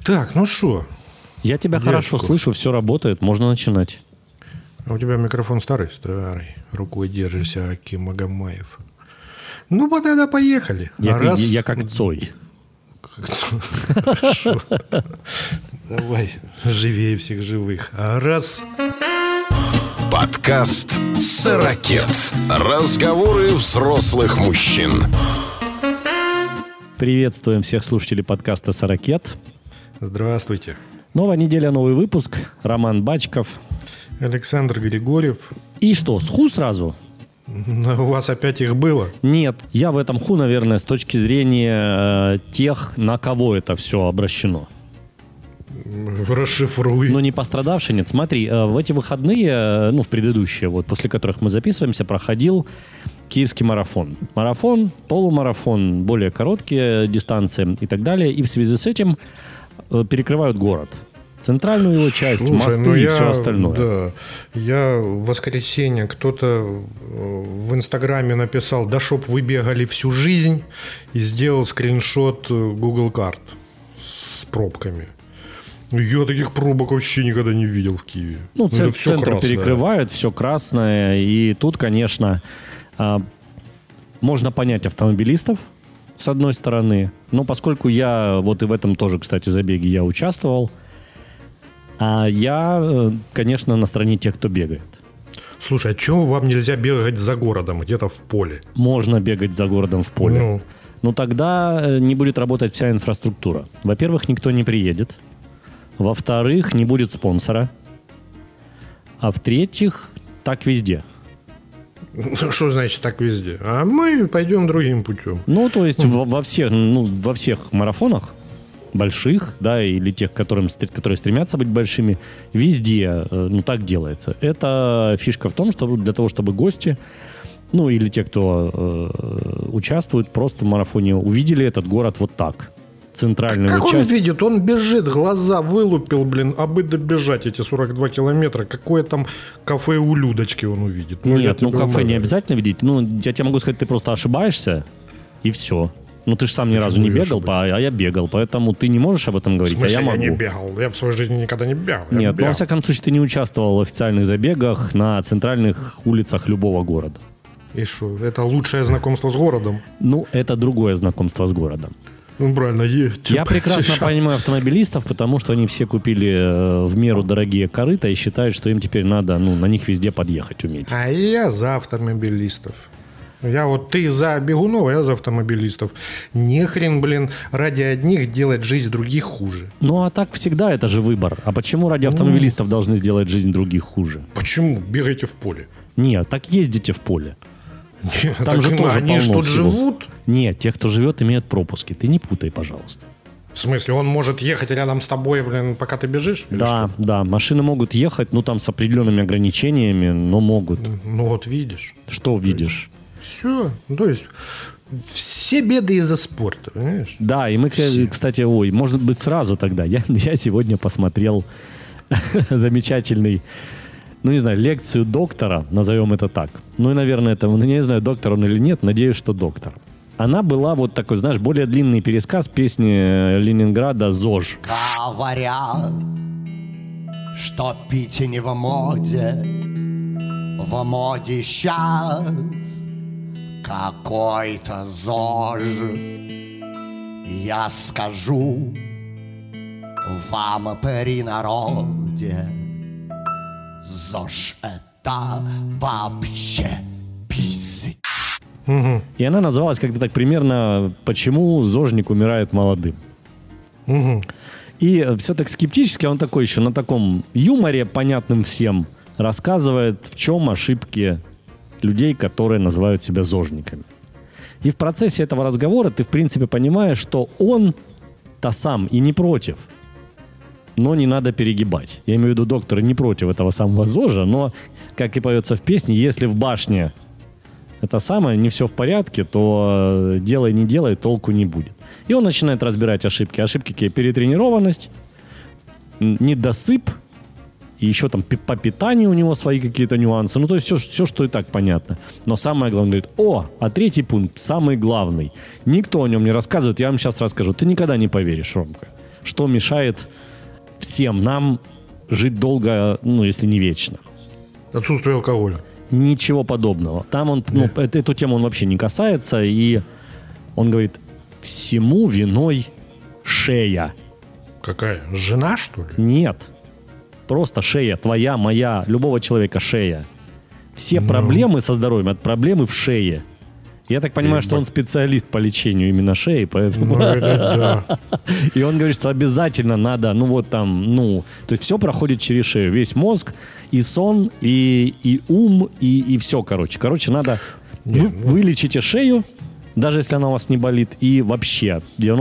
Так, ну что? Я тебя хорошо слышу, все работает, можно начинать. А у тебя микрофон старый? Старый. Рукой держишься, Аким Магомаев. Ну, вот тогда поехали. Я как Цой. Хорошо. Давай, живее всех живых. Раз. Подкаст «Сорокет». Разговоры взрослых мужчин. Приветствуем всех слушателей подкаста «Сорокет». Здравствуйте. Новая неделя, новый выпуск. Роман Бачков. Александр Григорьев. И что, с ху сразу? У вас опять их было? Нет, я в этом ху, наверное, с точки зрения тех, на кого это все обращено. Расшифруй. Но не пострадавший, нет. Смотри, в эти выходные, в предыдущие, вот после которых мы записываемся, проходил Киевский марафон. Марафон, полумарафон, более короткие дистанции и так далее. И в связи с этим перекрывают город. Центральную его часть, мосты и все остальное. Да, я в воскресенье кто-то в Инстаграме написал: да чтоб вы бегали всю жизнь, и сделал скриншот Google карт с пробками. Я таких пробок вообще никогда не видел в Киеве. Центр перекрывают, все красное. И тут, конечно, можно понять автомобилистов, с одной стороны. Но поскольку я вот и в этом тоже, кстати, забеге я участвовал, я, конечно, на стороне тех, кто бегает. Слушай, а чего вам нельзя бегать за городом, где-то в поле? Можно бегать за городом в поле. Но тогда не будет работать вся инфраструктура. Во-первых, никто не приедет. Во-вторых, не будет спонсора. А в-третьих, так везде. Что значит так везде? А мы пойдем другим путем. То есть во всех марафонах больших, да, или тех, которые стремятся быть большими, везде, так делается. Это фишка в том, что для того, чтобы гости, или те, кто участвует просто в марафоне, увидели этот город вот так. Центральную как часть. Он видит? Он бежит, глаза вылупил, абы добежать эти 42 километра. Какое там кафе у Людочки он увидит? Нет, кафе не обязательно видеть. Я тебе могу сказать, ты просто ошибаешься, и все. Ты же сам ни разу не бегал, а я бегал, поэтому ты не можешь об этом говорить, в смысле, а я могу. Я не бегал, я в своей жизни никогда не бегал. Нет, во всяком случае, ты не участвовал в официальных забегах на центральных улицах любого города. И что, это лучшее знакомство с городом? Это другое знакомство с городом. Правильно. Я прекрасно понимаю автомобилистов, потому что они все купили в меру дорогие корыта и считают, что им теперь надо на них везде подъехать уметь. А я за автомобилистов. Ты за бегунов, а я за автомобилистов. Нехрен, ради одних делать жизнь других хуже. А так всегда это же выбор. А почему ради автомобилистов должны сделать жизнь других хуже? Почему? Бегайте в поле. Нет, так ездите в поле. Нет, там же тоже они полно тут всего. живут? Нет, те, кто живет, имеют пропуски. Ты не путай, пожалуйста. В смысле, он может ехать рядом с тобой, пока ты бежишь? Да, машины могут ехать, там с определенными ограничениями, но могут. Видишь. Что видишь? Все, то есть все беды из-за спорта, понимаешь? Да, и мы, кстати, может быть, сразу тогда. Я сегодня посмотрел замечательный, лекцию доктора, назовем это так. И, наверное, это, я не знаю, доктор он или нет, надеюсь, что доктор. Она была такой, более длинный пересказ песни Ленинграда «ЗОЖ». Говорят, что пить не в моде сейчас какой-то ЗОЖ. Я скажу вам при народе, ЗОЖ это вообще пиздец. И она называлась как-то так примерно «Почему зожник умирает молодым?». И все так скептически, он такой еще на таком юморе, понятным всем, рассказывает, в чем ошибки людей, которые называют себя зожниками. И в процессе этого разговора ты, в принципе, понимаешь, что он-то сам и не против. Но не надо перегибать. Я имею в виду, доктор не против этого самого ЗОЖа, но, как и поется в песне, если в башне это самое, не все в порядке, то делай, не делай, толку не будет. И он начинает разбирать ошибки. Ошибки какие? Перетренированность, недосып, и еще там по питанию у него свои какие-то нюансы. То есть все, что и так понятно. Но самое главное, говорит, а третий пункт, самый главный. Никто о нем не рассказывает, я вам сейчас расскажу. Ты никогда не поверишь, Ромка. что мешает всем нам жить долго, ну, если не вечно. Отсутствие алкоголя. Ничего подобного. Там он, ну, эту тему он вообще не касается, и он говорит, всему виной шея. Какая? Жена, что ли? Нет. Просто шея. Твоя, моя, любого человека шея. Все проблемы со здоровьем от проблемы в шее. Я так понимаю, что он специалист по лечению именно шеи, поэтому... Ну, это да. И он говорит, что обязательно надо, ну вот там, ну... То есть все проходит через шею. Весь мозг, и сон, и ум, и все, короче. Короче, надо... Вы лечите шею, даже если она у вас не болит, и вообще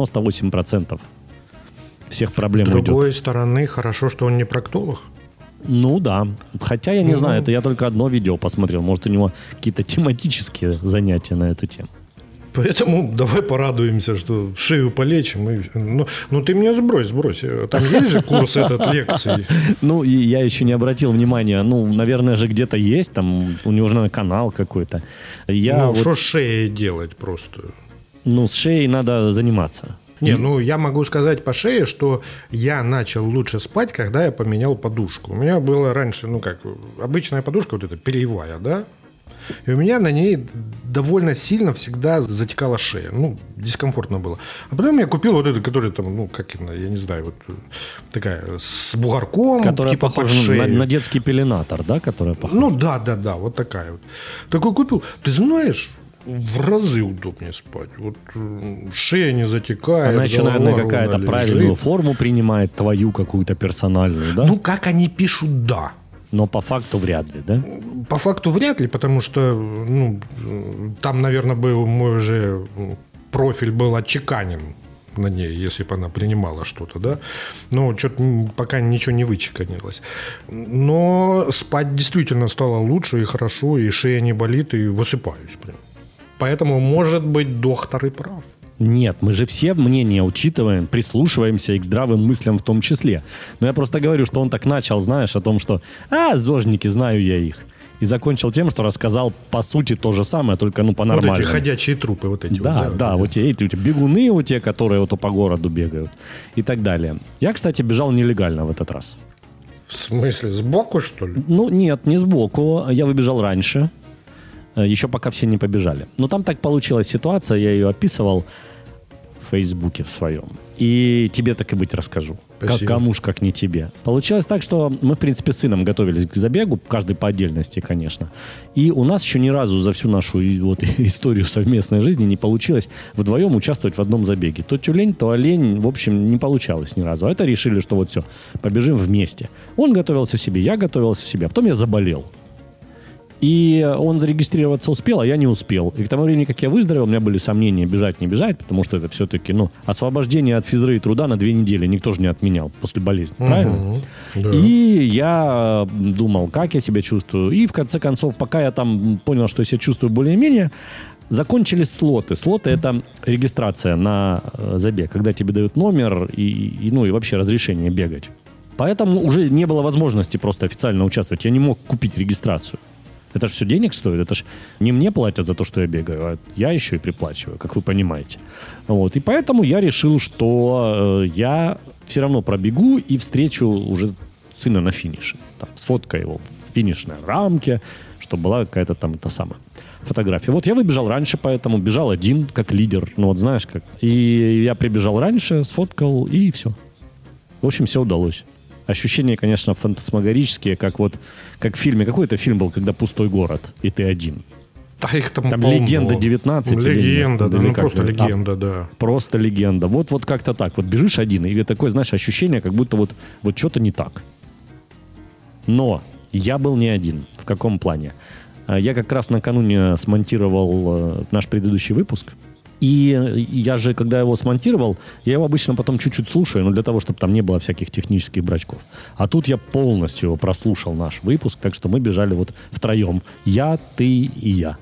98% всех проблем уйдет. С другой стороны, хорошо, что он не проктолог. Ну да. Хотя я не знаю, это я только одно видео посмотрел. Может, у него какие-то тематические занятия на эту тему. Поэтому давай порадуемся, что шею полечим. Ну, ты меня сбрось. Там есть же курс лекций? Ну, и я еще не обратил внимания. Ну, наверное же где-то есть. Там у него же, наверное, канал какой-то. Что с шеей делать просто? Ну, с шеей надо заниматься. Не, ну я могу сказать по шее, что я начал лучше спать, когда я поменял подушку. У меня была раньше, ну как, обычная подушка, вот эта перьевая, да? И у меня на ней довольно сильно всегда затекала шея. Ну, дискомфортно было. А потом я купил вот эту, которая там, ну, как она, я не знаю, вот такая с бугорком, которая типа под похожа шею. на детский пеленатор, да? Которая похожа? Ну, да, вот такая вот. Такой купил. Ты знаешь... В разы удобнее спать. Вот шея не затекает. Она еще, наверное, какая-то правильную форму принимает, твою какую-то персональную, да? Ну, как они пишут, да. Но по факту вряд ли, да? По факту вряд ли, потому что ну, там, наверное, был мой уже профиль был отчеканен на ней, если бы она принимала что-то, да. Но что-то пока ничего не вычеканилось. Но спать действительно стало лучше и хорошо, и шея не болит, и высыпаюсь прям. Поэтому, может быть, доктор и прав. Нет, мы же все мнения учитываем, прислушиваемся и к здравым мыслям в том числе. Но я просто говорю, что он так начал, знаешь, о том, что зожники, знаю я их. И закончил тем, что рассказал, по сути, то же самое, только, ну, по-нормальному. Вот эти ходячие трупы, вот эти. Да, вот, да, вот эти бегуны, вот те, которые вот по городу бегают и так далее. Я, кстати, бежал нелегально в этот раз. В смысле, сбоку, что ли? Ну, нет, не сбоку. Я выбежал раньше. Еще пока все не побежали. Но там так получилась ситуация, я ее описывал в Фейсбуке в своем. И тебе так и быть расскажу. Кому ж, как не тебе. Получилось так, что мы, в принципе, с сыном готовились к забегу, каждый по отдельности, конечно. И у нас еще ни разу за всю нашу вот, историю совместной жизни не получилось вдвоем участвовать в одном забеге. То тюлень, то олень, в общем, не получалось ни разу. А это решили, что вот все, побежим вместе. Он готовился себе, я готовился себе, а потом я заболел. И он зарегистрироваться успел, а я не успел. И к тому времени, как я выздоровел, у меня были сомнения, бежать, не бежать, потому что это все-таки, ну, освобождение от физры и труда на 2 недели никто же не отменял после болезни, правильно? Да. И я думал, как я себя чувствую. И в конце концов, пока я там понял, что я себя чувствую более-менее, закончились слоты. Слоты — это регистрация на забег, когда тебе дают номер и вообще разрешение бегать. Поэтому уже не было возможности просто официально участвовать. Я не мог купить регистрацию. Это же все денег стоит. Это же не мне платят за то, что я бегаю, а я еще и приплачиваю, как вы понимаете. Вот. И поэтому я решил, что я все равно пробегу и встречу уже сына на финише. Там, сфоткаю его в финишной рамке, чтобы была какая-то там та самая фотография. Вот я выбежал раньше, поэтому бежал один, как лидер. Ну вот знаешь как. И я прибежал раньше, сфоткал, и все. В общем, все удалось. Ощущения, конечно, фантасмагорические, как в фильме. Какой-то фильм был, когда пустой город, и ты один. Да, их там «Легенда 19». Легенда, да, просто как, легенда, да. Просто легенда. Вот как-то так. Вот бежишь один, и такое, знаешь, ощущение, как будто вот что-то не так. Но я был не один. В каком плане? Я как раз накануне смонтировал наш предыдущий выпуск. И я же, когда его смонтировал, я его обычно потом чуть-чуть слушаю, но для того, чтобы там не было всяких технических брачков. А тут я полностью его прослушал, наш выпуск, так что мы бежали вот втроем. Я, ты и я.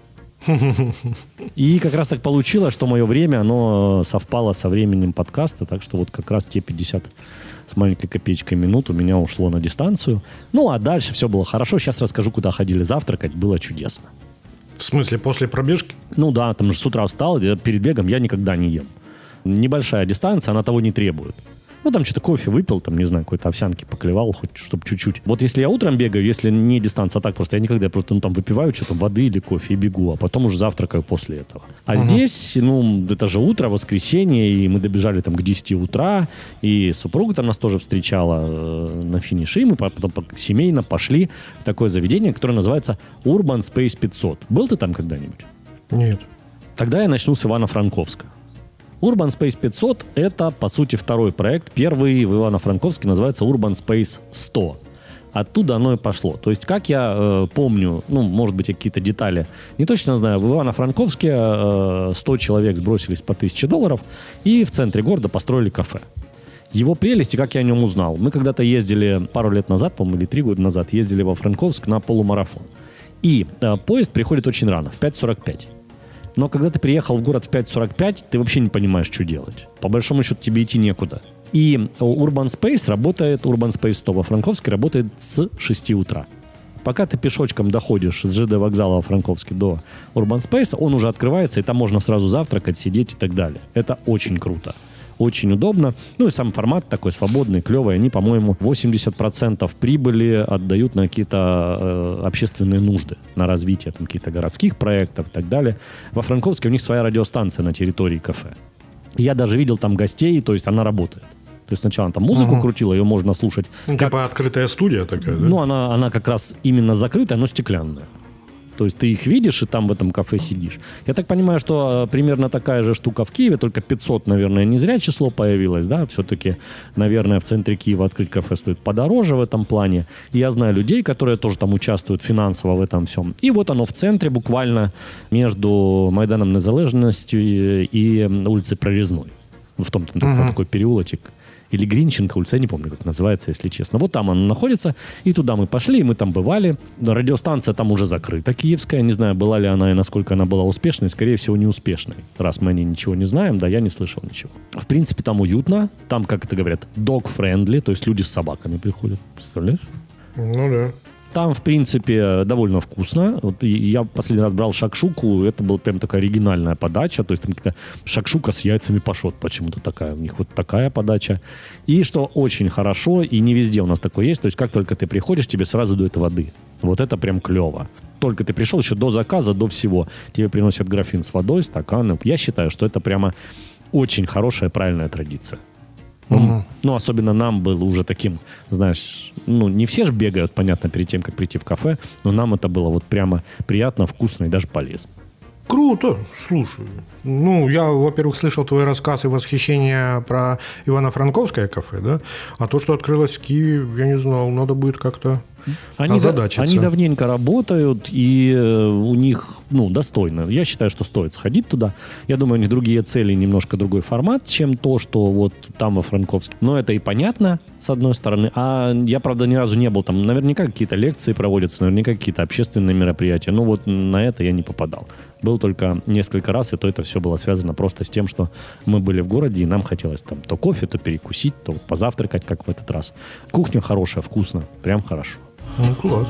И как раз так получилось, что мое время, оно совпало со временем подкаста, так что вот как раз те 50 с маленькой копеечкой минут у меня ушло на дистанцию. Ну, а дальше все было хорошо. Сейчас расскажу, куда ходили завтракать. Было чудесно. В смысле, после пробежки? Ну да, там же с утра встал, перед бегом я никогда не ем. Небольшая дистанция, она того не требует. Ну, там что-то кофе выпил, там, не знаю, какой-то овсянки поклевал, хоть чтобы чуть-чуть. Вот если я утром бегаю, если не дистанция, а так просто, я никогда просто, там выпиваю что-то, воды или кофе и бегу, а потом уже завтракаю после этого. А здесь, это же утро, воскресенье, и мы добежали там к 10 утра, и супруга там нас тоже встречала на финише, и мы потом семейно пошли в такое заведение, которое называется Urban Space 500. Был ты там когда-нибудь? Нет. Тогда я начну с Ивано-Франковска. Urban Space 500 – это, по сути, второй проект. Первый в Ивано-Франковске называется Urban Space 100. Оттуда оно и пошло. То есть, как я помню, может быть, какие-то детали не точно знаю, в Ивано-Франковске 100 человек сбросились по $1000 и в центре города построили кафе. Его прелести, как я о нем узнал. Мы когда-то ездили пару лет назад, по-моему, или 3 года назад, ездили во Франковск на полумарафон. И поезд приходит очень рано, в 5:45. Но когда ты приехал в город в 5:45, ты вообще не понимаешь, что делать. По большому счету тебе идти некуда. И Urban Space 100 во Франковске работает с 6 утра. Пока ты пешочком доходишь с ЖД вокзала во Франковске до Urban Space, он уже открывается, и там можно сразу завтракать, сидеть и так далее. Это очень круто. Очень удобно. И сам формат такой свободный, клевый. Они, по-моему, 80% прибыли отдают на какие-то общественные нужды, на развитие там, каких-то городских проектов и так далее. Во Франковске у них своя радиостанция на территории кафе. Я даже видел там гостей, то есть она работает. То есть сначала там музыку крутила, ее можно слушать. Типа открытая студия такая, да? Она как раз именно закрытая, но стеклянная. То есть ты их видишь и там в этом кафе сидишь. Я так понимаю, что примерно такая же штука в Киеве, только 500, наверное, не зря число появилось, да? Все-таки, наверное, в центре Киева открыть кафе стоит подороже в этом плане. И я знаю людей, которые тоже там участвуют финансово в этом всем. И вот оно в центре, буквально между Майданом Незалежности и улицей Прорезной. В том там такой переулочек. Или Гринченко улица, я не помню, как называется, если честно. Вот там она находится, и туда мы пошли, и мы там бывали. Радиостанция там уже закрыта, киевская. Не знаю, была ли она и насколько она была успешной. Скорее всего, неуспешной. Раз мы о ней ничего не знаем, да, я не слышал ничего. В принципе, там уютно. Там, как это говорят, dog-friendly, то есть люди с собаками приходят. Представляешь? Ну да. Там, в принципе, довольно вкусно. Вот я последний раз брал шакшуку, это была прям такая оригинальная подача, то есть там какая-то шакшука с яйцами пашот почему-то такая, у них вот такая подача. И что очень хорошо, и не везде у нас такое есть, то есть как только ты приходишь, тебе сразу дают воды. Вот это прям клево. Только ты пришел, еще до заказа, до всего, тебе приносят графин с водой, стаканы. Я считаю, что это прямо очень хорошая, правильная традиция. Особенно нам было уже таким, знаешь, не все же бегают, понятно, перед тем, как прийти в кафе, но нам это было вот прямо приятно, вкусно и даже полезно. Круто, слушай. Я, во-первых, слышал твой рассказ и восхищение про Ивано-Франковское кафе, да? А то, что открылось в Киеве, я не знал, надо будет как-то озадачиться. Они давненько работают, и у них, достойно. Я считаю, что стоит сходить туда. Я думаю, у них другие цели, немножко другой формат, чем то, что вот там во Франковске. Но это и понятно, с одной стороны. А я, правда, ни разу не был там. Наверняка какие-то лекции проводятся, наверняка какие-то общественные мероприятия. Но вот на это я не попадал. Был только несколько раз, и то это все было связано просто с тем, что мы были в городе, и нам хотелось там то кофе, то перекусить, то позавтракать, как в этот раз. Кухня хорошая, вкусно, прям хорошо. Класс.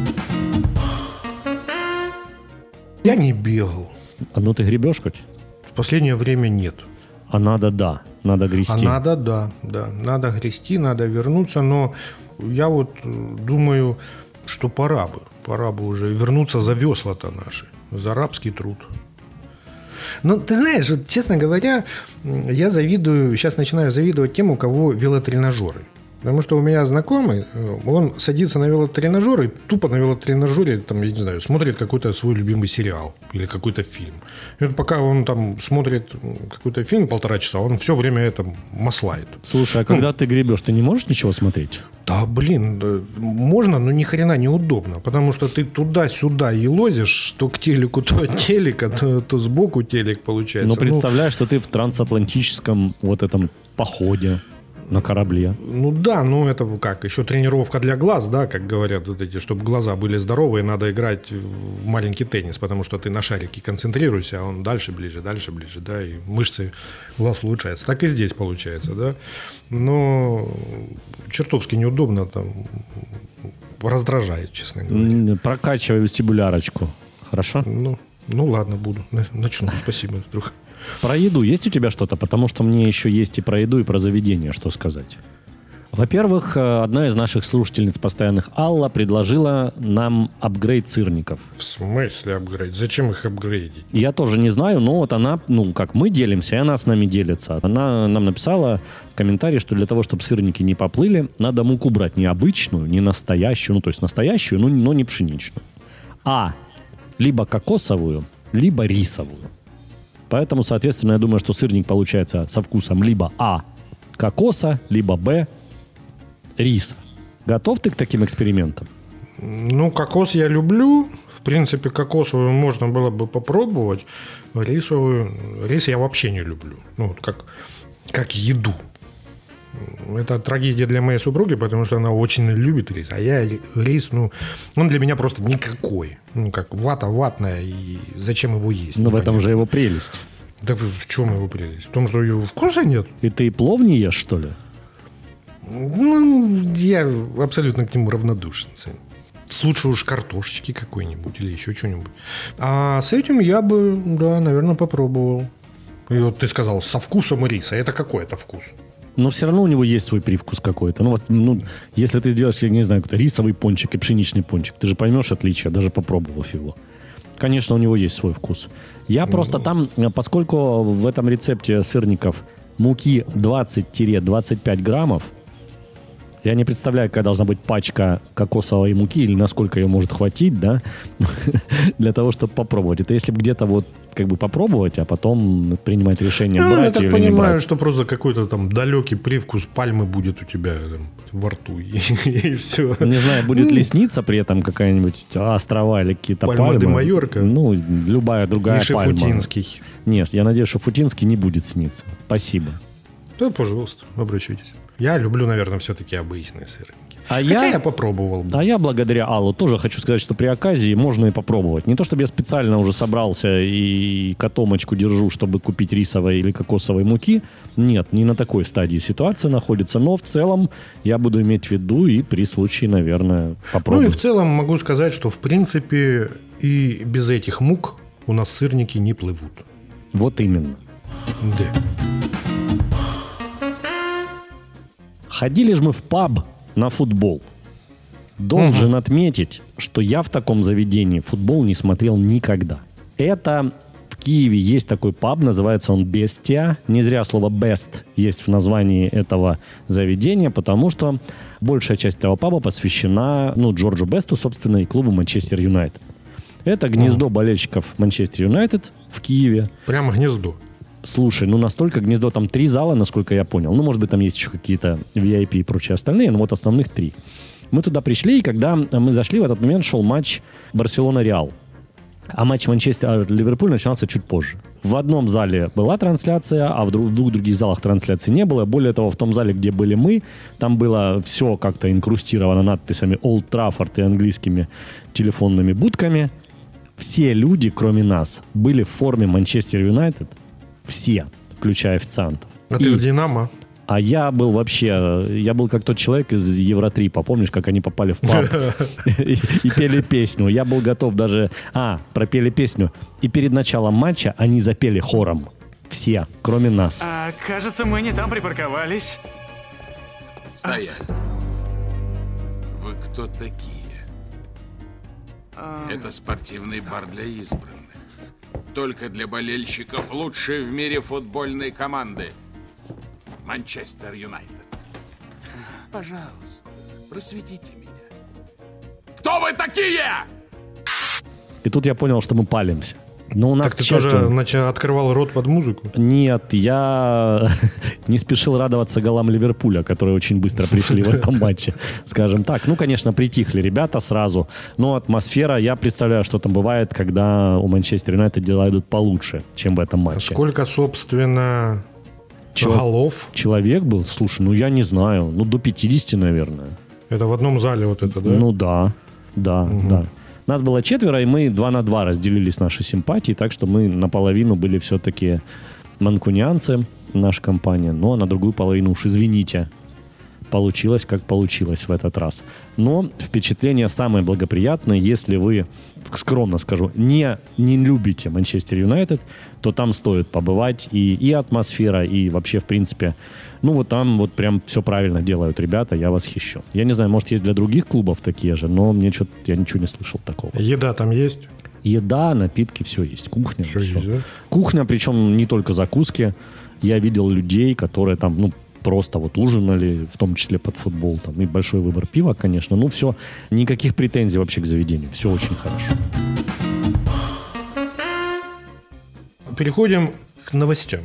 Я не бегал. Ты гребешь хоть? В последнее время нет. А надо грести. Да. Надо грести, надо вернуться, но я вот думаю, что пора бы уже вернуться за весла-то наши, за рабский труд. Ты знаешь, вот, честно говоря, я сейчас начинаю завидовать тем, у кого велотренажеры. Потому что у меня знакомый, он садится на велотренажер и тупо на велотренажере, там, я не знаю, смотрит какой-то свой любимый сериал или какой-то фильм. И вот пока он там смотрит какой-то фильм 1,5 часа, он все время это маслает. Слушай, а когда ты гребешь, ты не можешь ничего смотреть? Да, можно, но ни хрена неудобно, потому что ты туда-сюда елозишь, то к телеку, то от телека, то сбоку телек получается. Но представляешь, что ты в трансатлантическом вот этом походе на корабле. Это как, еще тренировка для глаз, да, как говорят вот эти, чтобы глаза были здоровые, надо играть в маленький теннис, потому что ты на шарике концентрируешься, а он дальше, ближе, да, и мышцы глаз улучшаются. Так и здесь получается, да. Но чертовски неудобно, там, раздражает, честно говоря. Прокачивай вестибулярочку, хорошо? Ладно, буду, начну, спасибо, друг. Про еду есть у тебя что-то? Потому что мне еще есть и про еду, и про заведение, что сказать. Во-первых, одна из наших слушательниц постоянных, Алла, предложила нам апгрейд сырников. В смысле апгрейд? Зачем их апгрейдить? Я тоже не знаю, но вот она, как мы делимся, и она с нами делится. Она нам написала в комментарии, что для того, чтобы сырники не поплыли, надо муку брать не обычную, не настоящую, то есть настоящую, но не пшеничную, а либо кокосовую, либо рисовую. Поэтому, соответственно, я думаю, что сырник получается со вкусом либо А – кокоса, либо Б – риса. Готов ты к таким экспериментам? Кокос я люблю. В принципе, кокосовую можно было бы попробовать. Рис я вообще не люблю. Как еду. Это трагедия для моей супруги, потому что она очень любит рис. А я рис, он для меня просто никакой. Как вата ватная, и зачем его есть? Но в этом же его прелесть. Да в чем его прелесть? В том, что его вкуса нет. И ты плов не ешь, что ли? Я абсолютно к нему равнодушен. Лучше уж картошечки какой-нибудь или еще что-нибудь. А с этим я бы, наверное, попробовал. И вот ты сказал, со вкусом риса. Это какой это вкус? Но все равно у него есть свой привкус какой-то. Если ты сделаешь, я не знаю, какой-то рисовый пончик и пшеничный пончик, ты же поймешь отличие, даже попробовав его. Конечно, у него есть свой вкус. Я просто там, поскольку в этом рецепте сырников муки 20-25 граммов, я не представляю, какая должна быть пачка кокосовой муки или насколько ее может хватить, да, для того, чтобы попробовать. Это если бы где-то попробовать, а потом принимать решение, брать ее или не брать. Я так понимаю, что просто какой-то там далекий привкус пальмы будет у тебя во рту, и все. Не знаю, будет ли сниться при этом какая-нибудь острова или какие-то пальмы. Пальма де Майорка. Любая другая пальма. Не Шафутинский. Нет, я надеюсь, что Шафутинский не будет сниться. Спасибо. Да, пожалуйста, обращайтесь. Я люблю, наверное, все-таки обычные сырники. Хотя я попробовал бы. А я благодаря Аллу тоже хочу сказать, что при оказии можно и попробовать. Не то, чтобы я специально уже собрался и котомочку держу, чтобы купить рисовой или кокосовой муки. Нет, не на такой стадии ситуация находится. Но в целом я буду иметь в виду и при случае, наверное, попробую. И в целом могу сказать, что в принципе и без этих мук у нас сырники не плывут. Вот именно. Да. Ходили же мы в паб на футбол. Должен отметить, что я в таком заведении футбол не смотрел никогда. Это в Киеве есть такой паб, называется он «Бестия». Не зря слово «бест» есть в названии этого заведения, потому что большая часть этого паба посвящена Джорджу Бесту, собственно, и клубу «Манчестер Юнайтед». Это гнездо болельщиков «Манчестер Юнайтед» в Киеве. Прямо гнездо. Слушай, настолько гнездо, там 3 зала, насколько я понял. Может быть, там есть еще какие-то VIP и прочие остальные, но вот основных 3. Мы туда пришли, и когда мы зашли, в этот момент шел матч Барселона-Реал. А матч Манчестер-Ливерпуль начинался чуть позже. В одном зале была трансляция, а в двух других залах трансляции не было. Более того, в том зале, где были мы, там было все как-то инкрустировано надписями Old Trafford и английскими телефонными будками. Все люди, кроме нас, были в форме Манчестер Юнайтед. Все, включая официантов. А ты в «Динамо»? А я был как тот человек из Евротрипа. Помнишь, как они попали в паб и пели песню? Я был готов даже... пропели песню. И перед началом матча они запели хором. Все, кроме нас. Кажется, мы не там припарковались. Стоять. Вы кто такие? Это спортивный бар для избранных. Только для болельщиков лучшей в мире футбольной команды. Манчестер Юнайтед. Пожалуйста, просветите меня. Кто вы такие? И тут я понял, что мы палимся. Но у нас, так ты тоже открывал рот под музыку? Нет, я не спешил радоваться голам Ливерпуля, которые очень быстро пришли в этом матче, скажем так. Конечно, притихли ребята сразу, но атмосфера, я представляю, что там бывает, когда у Манчестер Юнайтед дела идут получше, чем в этом матче. Сколько, собственно, голов? Человек был? Слушай, я не знаю, до 50, наверное. Это в одном зале вот это, да? Да. Нас было 4, и мы 2 на 2 разделились наши симпатии, так что мы наполовину были все-таки манкунианцы, наша компания, но на другую половину уж извините, получилось, как получилось в этот раз. Но впечатления самые благоприятные, если вы, скромно скажу, не любите Манчестер Юнайтед, то там стоит побывать, и атмосфера, и вообще, в принципе, ну вот там вот прям все правильно делают ребята, я восхищен. Я не знаю, может, есть для других клубов такие же, но мне что-то, я ничего не слышал такого. Еда там есть? Еда, напитки, все есть. Кухня. Все есть, да? Кухня, причем не только закуски. Я видел людей, которые там, ну, просто вот ужинали, в том числе под футбол, там, и большой выбор пива, конечно. Ну, все, никаких претензий вообще к заведению. Все очень хорошо. Переходим к новостям.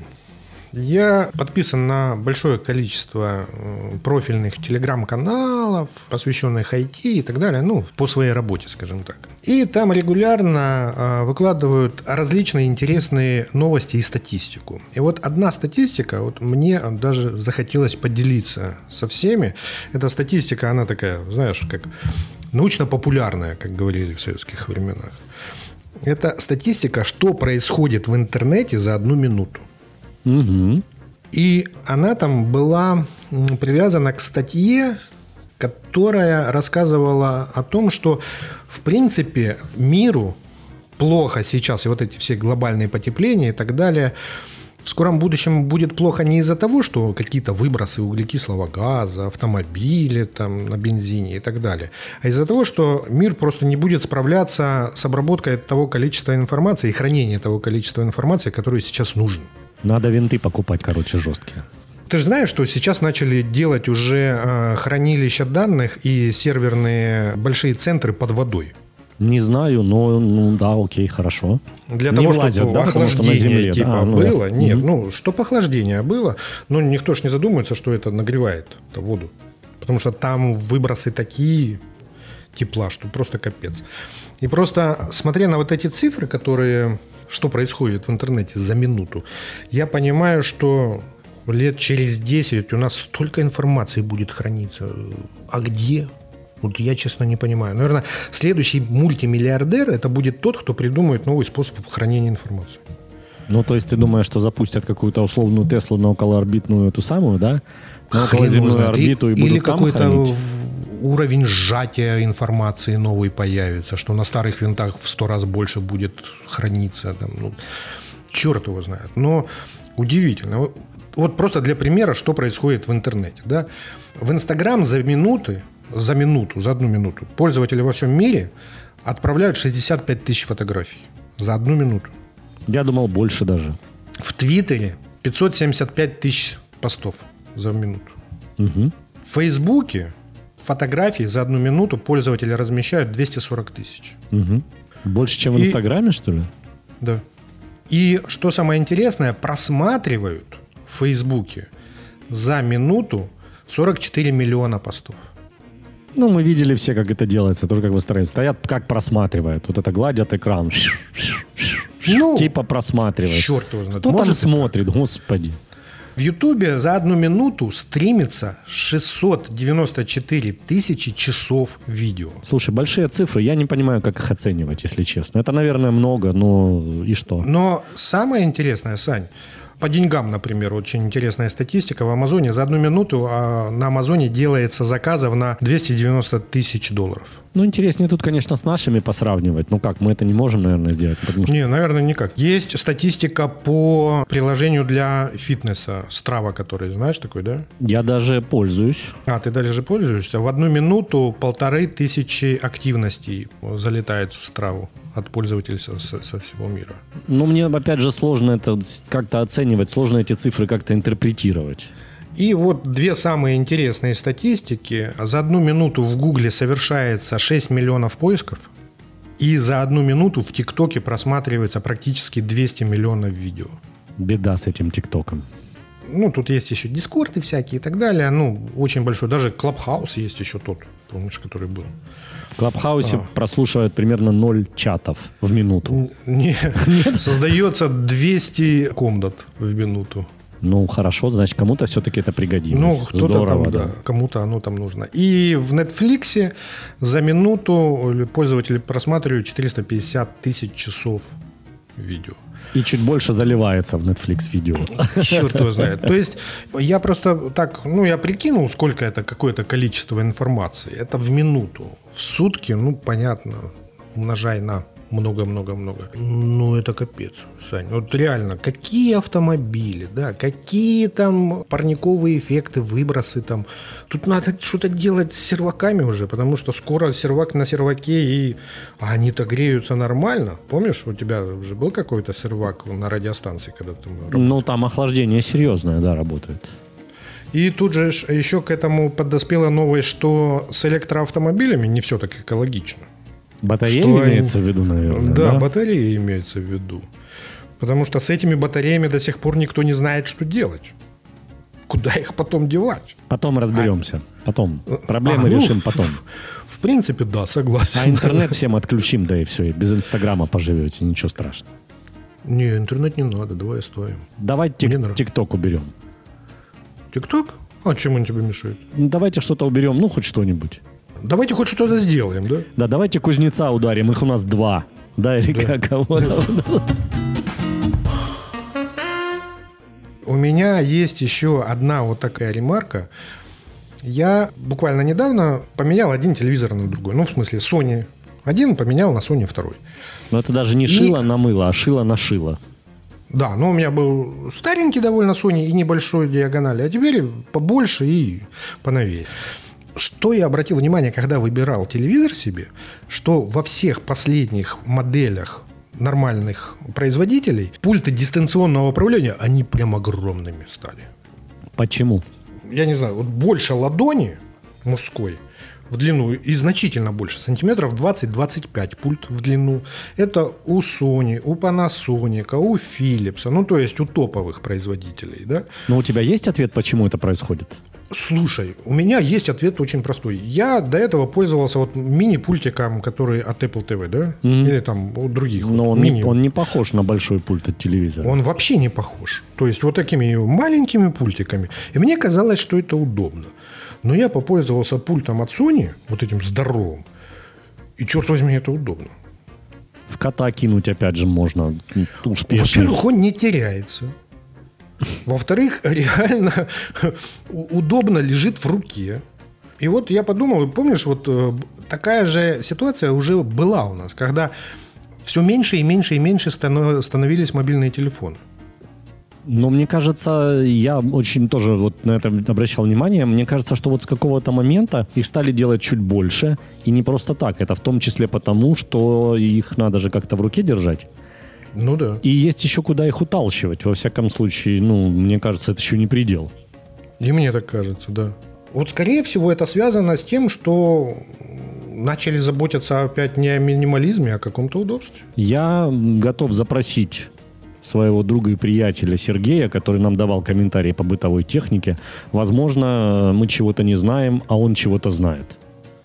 Я подписан на большое количество профильных телеграм-каналов, посвященных IT и так далее, ну, по своей работе, скажем так. И там регулярно выкладывают различные интересные новости и статистику. И вот одна статистика, вот мне даже захотелось поделиться со всеми. Эта статистика, она такая, знаешь, как научно-популярная, как говорили в советских временах. Это статистика, что происходит в интернете за 1 минуту. Угу. И она там была привязана к статье, которая рассказывала о том, что, в принципе, миру плохо сейчас, и вот эти все глобальные потепления и так далее, в скором будущем будет плохо не из-за того, что какие-то выбросы углекислого газа, автомобили там, на бензине и так далее, а из-за того, что мир просто не будет справляться с обработкой того количества информации и хранением того количества информации, которое сейчас нужно. Надо винты покупать, короче, жесткие. Ты же знаешь, что сейчас начали делать уже хранилища данных и серверные большие центры под водой? Не знаю, но ну, да, окей, хорошо. Для не того, влазят, чтобы да, охлаждение на земле, типа да, ну, было. да. Нет, ну, чтобы охлаждение было, но никто ж не задумается, что это нагревает воду. Потому что там выбросы такие тепла, что просто капец. И просто смотря на вот эти цифры, которые... Что происходит в интернете за минуту, я понимаю, что лет через 10 у нас столько информации будет храниться. А где? Вот я, честно, не понимаю. Наверное, следующий мультимиллиардер – это будет тот, кто придумает новый способ хранения информации. Ну, то есть ты думаешь, что запустят какую-то условную Теслу на околоорбитную эту самую, да? На околоземную орбиту и будут или там какой-то хранить? Уровень сжатия информации новый появится, что на старых винтах в 100 раз больше будет храниться. Там, ну, черт его знает. Но удивительно. Вот просто для примера, что происходит в интернете. Да? В Инстаграм за 1 минуту пользователи во всем мире отправляют 65 тысяч фотографий за 1 минуту. Я думал, больше даже. В Твиттере 575 тысяч постов за минуту. Угу. В Фейсбуке фотографии за 1 минуту пользователи размещают 240 тысяч. Угу. Больше, чем в Инстаграме, что ли? Да. И что самое интересное, просматривают в Фейсбуке за минуту 44 миллиона постов. Ну, мы видели все, как это делается. Тоже как в Инстаграме. Стоят, как просматривают. Вот это гладят экран. Ну, типа просматривает. Черт его знает. Кто там Может, смотрит, господи? в Ютубе за 1 минуту стримится 694 тысячи часов видео. Слушай, большие цифры, я не понимаю, как их оценивать, если честно. Это, наверное, много, но и что? Но самое интересное, Сань, по деньгам, например, очень интересная статистика. В Амазоне за 1 минуту на Амазоне делается заказов на 290 тысяч долларов. Ну, интереснее тут, конечно, с нашими посравнивать. Ну как, мы это не можем, наверное, сделать. Потому что... Не, наверное, никак. Есть статистика по приложению для фитнеса Strava, который, знаешь, такой, да? Я даже пользуюсь. А, ты даже пользуешься? В 1 минуту 1500 активностей залетает в Страву от пользователей со всего мира. Ну, мне, опять же, сложно это как-то оценивать, сложно эти цифры как-то интерпретировать. И вот 2 самые интересные статистики. За 1 минуту в Гугле совершается 6 миллионов поисков. И за 1 минуту в ТикТоке просматривается практически 200 миллионов видео. Беда с этим ТикТоком. Ну, тут есть еще дискорды всякие и так далее. Ну, очень большой. Даже Клабхаус есть еще тот, помнишь, который был. В Клабхаусе прослушивают примерно 0 чатов в минуту. Нет. Создается 200 комнат в минуту. Ну, хорошо, значит, кому-то все-таки это пригодилось. Ну, кто-то здорово, там, да, кому-то оно там нужно. И в Netflix за минуту пользователи просматривают 450 тысяч часов видео. И чуть больше заливается в Netflix видео. Черт его знает. То есть я просто так, я прикинул, сколько это какое-то количество информации. Это в минуту. В сутки, понятно, умножай на много-много-много. Это капец, Сань. Вот реально, какие автомобили, да, какие там парниковые эффекты, выбросы там. Тут надо что-то делать с серваками уже, потому что скоро сервак на серваке, а они-то греются нормально. Помнишь, у тебя уже был какой-то сервак на радиостанции, когда ты работал? Там охлаждение серьезное, да, работает. И тут же еще к этому подоспела новость, что с электроавтомобилями не все так экологично. Батареи имеется в виду, наверное, да? Да, батареи имеются в виду. Потому что с этими батареями до сих пор никто не знает, что делать. Куда их потом девать? Потом разберемся. Потом. Проблемы решим потом. В принципе, да, согласен. А интернет всем отключим, да и все. И без Инстаграма поживете, ничего страшного. Не, интернет не надо, давай оставим. Давай ТикТок уберем. ТикТок? А чем он тебе мешает? Давайте что-то уберем, хоть что-нибудь. Давайте хоть что-то сделаем, да? Да, давайте кузнеца ударим, их у нас 2. Да, или кого-то. У меня есть еще одна вот такая ремарка. Я буквально недавно поменял один телевизор на другой. В смысле, Sony один поменял на Sony второй. Но это даже не шило на мыло, а шило на шило. Да, у меня был старенький довольно Sony и небольшой диагонали, а теперь побольше и поновее. Что я обратил внимание, когда выбирал телевизор себе, что во всех последних моделях нормальных производителей пульты дистанционного управления, они прям огромными стали. Почему? Я не знаю, больше ладони мужской в длину и значительно больше, сантиметров 20-25 пульт в длину. Это у Sony, у Panasonic, у Philips, то есть у топовых производителей. Да? Но у тебя есть ответ, почему это происходит? Слушай, у меня есть ответ очень простой. Я до этого пользовался мини-пультиком, который от Apple TV, да? Mm-hmm. Или там у других. Но он не похож на большой пульт от телевизора. Он вообще не похож. То есть вот такими маленькими пультиками. И мне казалось, что это удобно. Но я попользовался пультом от Sony, вот этим здоровым, и, черт возьми, это удобно. В кота кинуть, опять же, можно успешно. Во-первых, он не теряется. Во-вторых, реально удобно лежит в руке. И вот я подумал, помнишь, вот такая же ситуация уже была у нас, когда все меньше и меньше и меньше становились мобильные телефоны. Но мне кажется, я очень тоже вот на это обращал внимание, мне кажется, что вот с какого-то момента их стали делать чуть больше, и не просто так, это в том числе потому, что их надо же как-то в руке держать. Ну да. И есть еще куда их уталчивать, во всяком случае, мне кажется, это еще не предел. И мне так кажется, да. Вот скорее всего это связано с тем, что начали заботиться опять не о минимализме, а о каком-то удобстве. Я готов запросить своего друга и приятеля Сергея, который нам давал комментарии по бытовой технике. Возможно, мы чего-то не знаем, а он чего-то знает.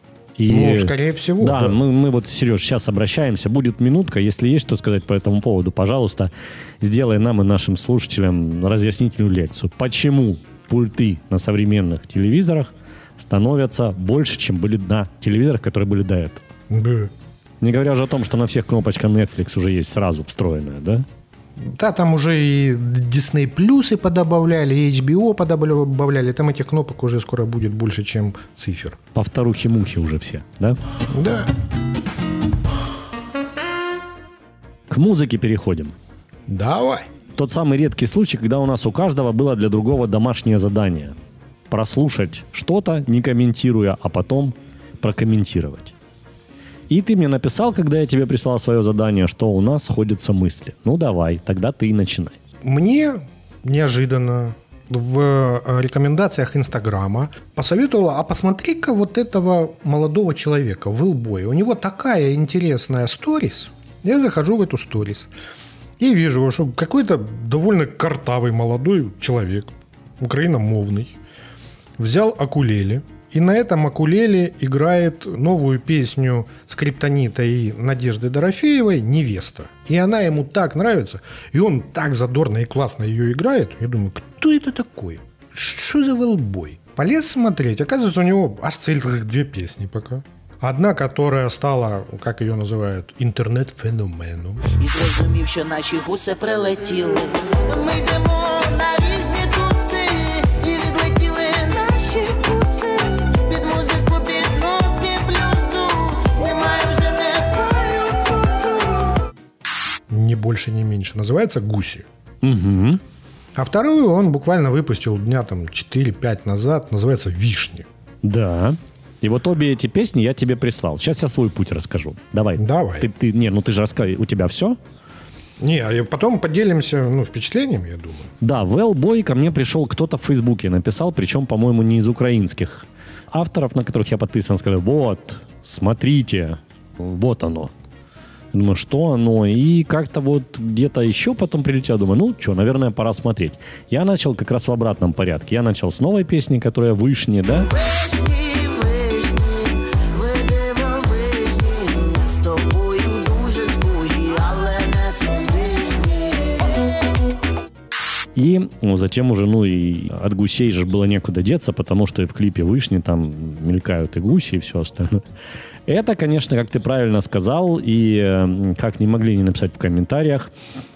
И, скорее всего. Да, мы вот, Сереж, сейчас обращаемся. Будет минутка. Если есть что сказать по этому поводу, пожалуйста, сделай нам и нашим слушателям разъяснительную лекцию. Почему пульты на современных телевизорах становятся больше, чем были на телевизорах, которые были до этого? Да. Не говоря уже о том, что на всех кнопочках Netflix уже есть сразу встроенная, да? Да, там уже и Disney Plus подобавляли, и HBO подобавляли. Там этих кнопок уже скоро будет больше, чем цифр. Повторухи-мухи уже все, да? Да. К музыке переходим. Давай. Тот самый редкий случай, когда у нас у каждого было для другого домашнее задание. Прослушать что-то, не комментируя, а потом прокомментировать. И ты мне написал, когда я тебе прислал свое задание, что у нас сходятся мысли. Ну, давай, тогда ты и начинай. Мне неожиданно в рекомендациях Инстаграма посоветовала, а посмотри-ка вот этого молодого человека, Вэлбоя. У него такая интересная сторис. Я захожу в эту сторис и вижу, что какой-то довольно картавый молодой человек, украиномовный, взял укулеле. И на этом укулеле играет новую песню Скриптонита и Надежды Дорофеевой «Невеста». И она ему так нравится, и он так задорно и классно ее играет. Я думаю, кто это такой? Что за Вэлбой? Полез смотреть. Оказывается, у него аж целых 2 песни пока. Одна, которая стала, как ее называют, интернет-феноменом. І зрозумів, що наші гуси прилетіли. Ми йдемо на різні туси, і відлетіли наші гуси. Під музику, під ноти блюзу, немає вже не вкусу. Ни больше, ни меньше. Называется «Гуси». Угу. А вторую он буквально выпустил дня там 4-5 назад. Называется «Вишни». Да. И вот обе эти песни я тебе прислал. Сейчас я свой путь расскажу. Давай. Давай. Ты же расскажи. У тебя все? Не, а потом поделимся впечатлениями, я думаю. Да, в L-Boy ко мне пришел кто-то в Фейсбуке, написал, причем, по-моему, не из украинских авторов, на которых я подписан, сказал: вот, смотрите, вот оно. Я думаю, что оно? И как-то вот где-то еще потом прилетел, думаю, ну что, наверное, пора смотреть. Я начал как раз в обратном порядке. Я начал с новой песни, которая «Вышни», да? Вишні, вишні, ви дивовижні, ми з тобою дуже схожі, але не суміжні. И затем уже, и от гусей же было некуда деться, потому что и в клипе «Вышни» там мелькают и гуси, и все остальное. Это, конечно, как ты правильно сказал, и как не могли не написать в комментариях,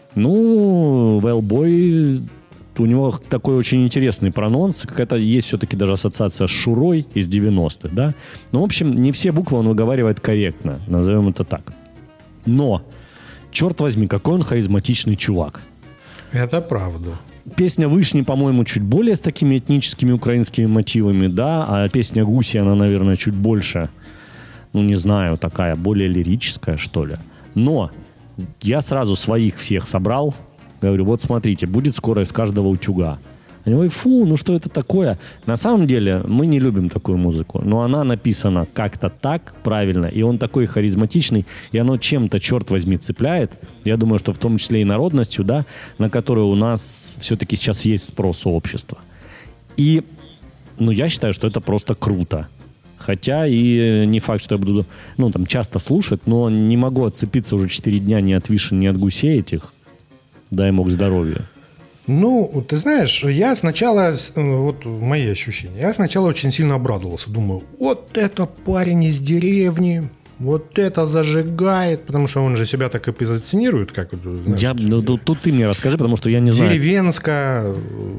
Well-Boy, у него такой очень интересный прононс, какая-то есть все-таки даже ассоциация с Шурой из 90-х, да? В общем, не все буквы он выговаривает корректно, назовем это так. Но, черт возьми, какой он харизматичный чувак. Это правда. Песня «Вышни», по-моему, чуть более с такими этническими украинскими мотивами, да, а песня «Гуси», она, наверное, чуть больше, не знаю, такая более лирическая, что ли. Но я сразу своих всех собрал, говорю, вот смотрите, будет скоро из каждого утюга. Они говорят, фу, что это такое? На самом деле мы не любим такую музыку, но она написана как-то так правильно, и он такой харизматичный, и оно чем-то, черт возьми, цепляет. Я думаю, что в том числе и народностью, да, на которую у нас все-таки сейчас есть спрос у общества. И, я считаю, что это просто круто. Хотя и не факт, что я буду, часто слушать, но не могу отцепиться уже 4 дня ни от вишен, ни от гусей этих. Дай ему к здоровью. Ты знаешь, я сначала, вот мои ощущения, я сначала очень сильно обрадовался. Думаю, вот это парень из деревни, вот это зажигает, потому что он же себя так и позиционирует, как... Знаешь, тут ты мне расскажи, потому что я не знаю. Деревенско,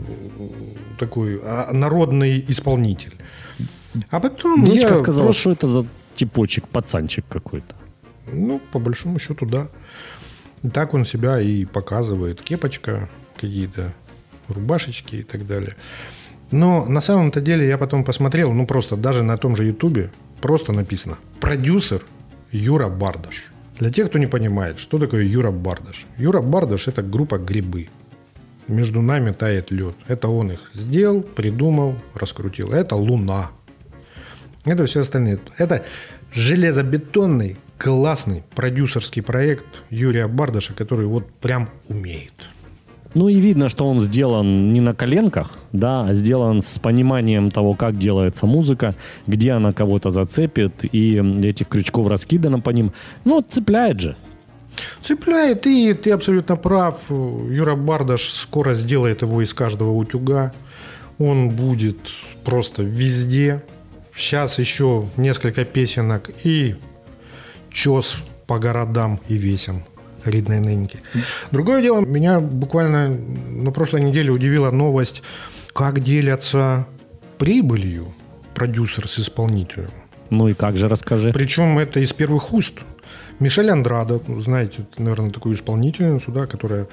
такой народный исполнитель. А потом Дочка сказала, что это за типочек, пацанчик какой-то. По большому счету, да. И так он себя и показывает. Кепочка, какие-то рубашечки и так далее. Но на самом-то деле я потом посмотрел, просто даже на том же Ютубе просто написано «Продюсер Юра Бардаш». Для тех, кто не понимает, что такое Юра Бардаш. Юра Бардаш – это группа «Грибы». Между нами тает лед. Это он их сделал, придумал, раскрутил. Это «Луна». Это все остальные. Это железобетонный, классный продюсерский проект Юрия Бардаша, который вот прям умеет. И видно, что он сделан не на коленках, да, а сделан с пониманием того, как делается музыка, где она кого-то зацепит, и этих крючков раскидано по ним. Цепляет же. Цепляет, и ты абсолютно прав. Юра Бардаш скоро сделает его из каждого утюга. Он будет просто везде. Сейчас еще несколько песенок и чес по городам и весям рідної неньки. Другое дело, меня буквально на прошлой неделе удивила новость, как делятся прибылью продюсер с исполнителем. И как же, расскажи. Причем это из первых уст. Мишель Андрадо, знаете, наверное, такую исполнительницу, да, которая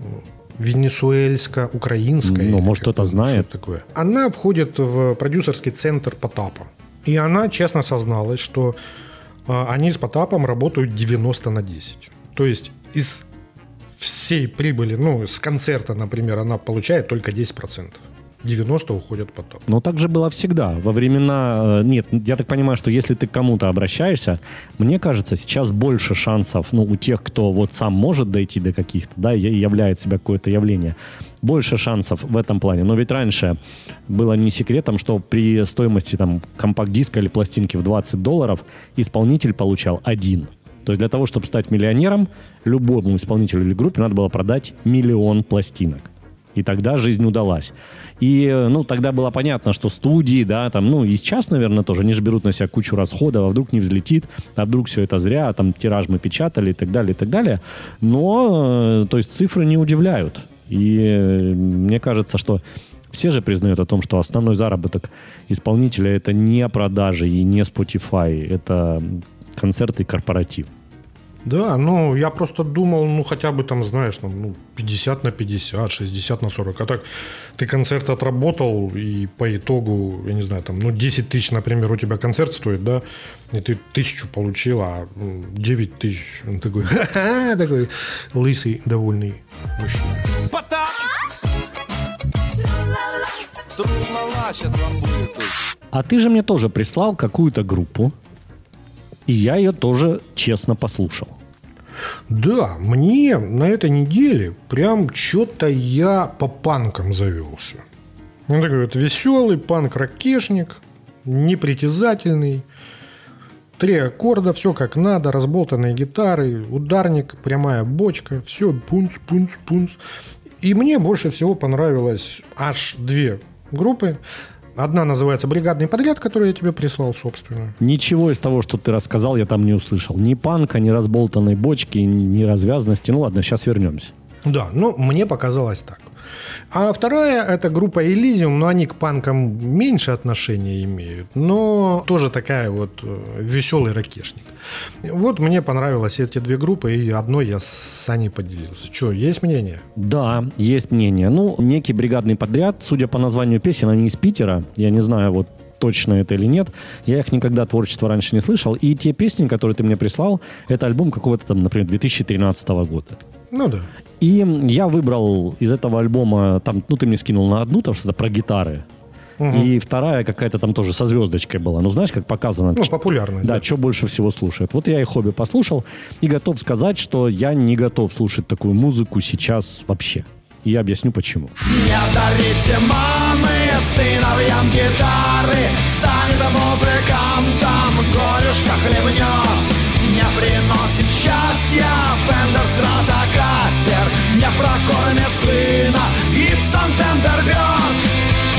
венесуэльско-украинская. Может, кто-то знает. Такое. Она входит в продюсерский центр Потапа. И она честно созналась, что они с Потапом работают 90/10. То есть из всей прибыли, с концерта, например, она получает только 10%. 90% уходят Потап. Так же было всегда. Во времена... Нет, я так понимаю, что если ты к кому-то обращаешься, мне кажется, сейчас больше шансов, у тех, кто вот сам может дойти до каких-то, да, являет себя какое-то явление, больше шансов в этом плане. Но ведь раньше было не секретом, что при стоимости компакт-диска или пластинки в $20 исполнитель получал 1. То есть для того, чтобы стать миллионером, любому исполнителю или группе надо было продать 1 000 000 пластинок. И тогда жизнь удалась. И, ну, тогда было понятно, что студии, да, там, ну, и сейчас, наверное, тоже, они же берут на себя кучу расходов, а вдруг не взлетит, а вдруг все это зря, а там тираж мы печатали и так далее, и так далее. Но, то есть, цифры не удивляют. И мне кажется, что все же признают о том, что основной заработок исполнителя — это не продажи и не Spotify, это концерты и корпоратив. Да, ну, я просто думал, ну, хотя бы там, знаешь, там, ну, 50 на 50, 60 на 40. А так ты концерт отработал, и по итогу, я не знаю, там, ну, 10 тысяч, например, у тебя концерт стоит, да, и ты 1000 получил, а 9 тысяч, он такой, ха-ха, такой лысый, довольный мужчина. А ты же мне тоже прислал какую-то группу, и я ее тоже честно послушал. Да, мне на этой неделе прям что-то я по панкам завелся. Он такой вот веселый панк-ракешник, непритязательный. 3 аккорда, все как надо, разболтанные гитары, ударник, прямая бочка, все пунц, пунц, пунц. И мне больше всего понравилось аж 2 группы. Одна называется «Бригадный подряд», которую я тебе прислал, собственно. Ничего из того, что ты рассказал, я там не услышал. Ни панка, ни разболтанной бочки, ни развязности. Ну ладно, сейчас вернемся. Да, ну мне показалось так. А вторая – это группа Elysium, но они к панкам меньше отношения имеют, но тоже такая вот веселый ракешник. Вот мне понравились эти 2 группы, и одной я с Саней поделился. Что, есть мнение? Да, есть мнение. Ну, некий бригадный подряд, судя по названию песен, они из Питера. Я не знаю, вот точно это или нет. Я их никогда творчество раньше не слышал. И те песни, которые ты мне прислал, это альбом какого-то там, например, 2013 года. Ну да. И я выбрал из этого альбома, там, ну, ты мне скинул на одну, там что-то про гитары. И вторая какая-то там тоже со звездочкой была. Ну, знаешь, как показано. Ну, популярность. Да, что больше всего слушают. Вот я их обе послушал и готов сказать, что я не готов слушать такую музыку сейчас вообще. И я объясню, почему. Не дарите мамы сыновьям гитары, станет музыкантом, горюшка хлебнет. Не приносит счастья Фендер Стратокастер, не прокормит сына Гибсон Тендерберг.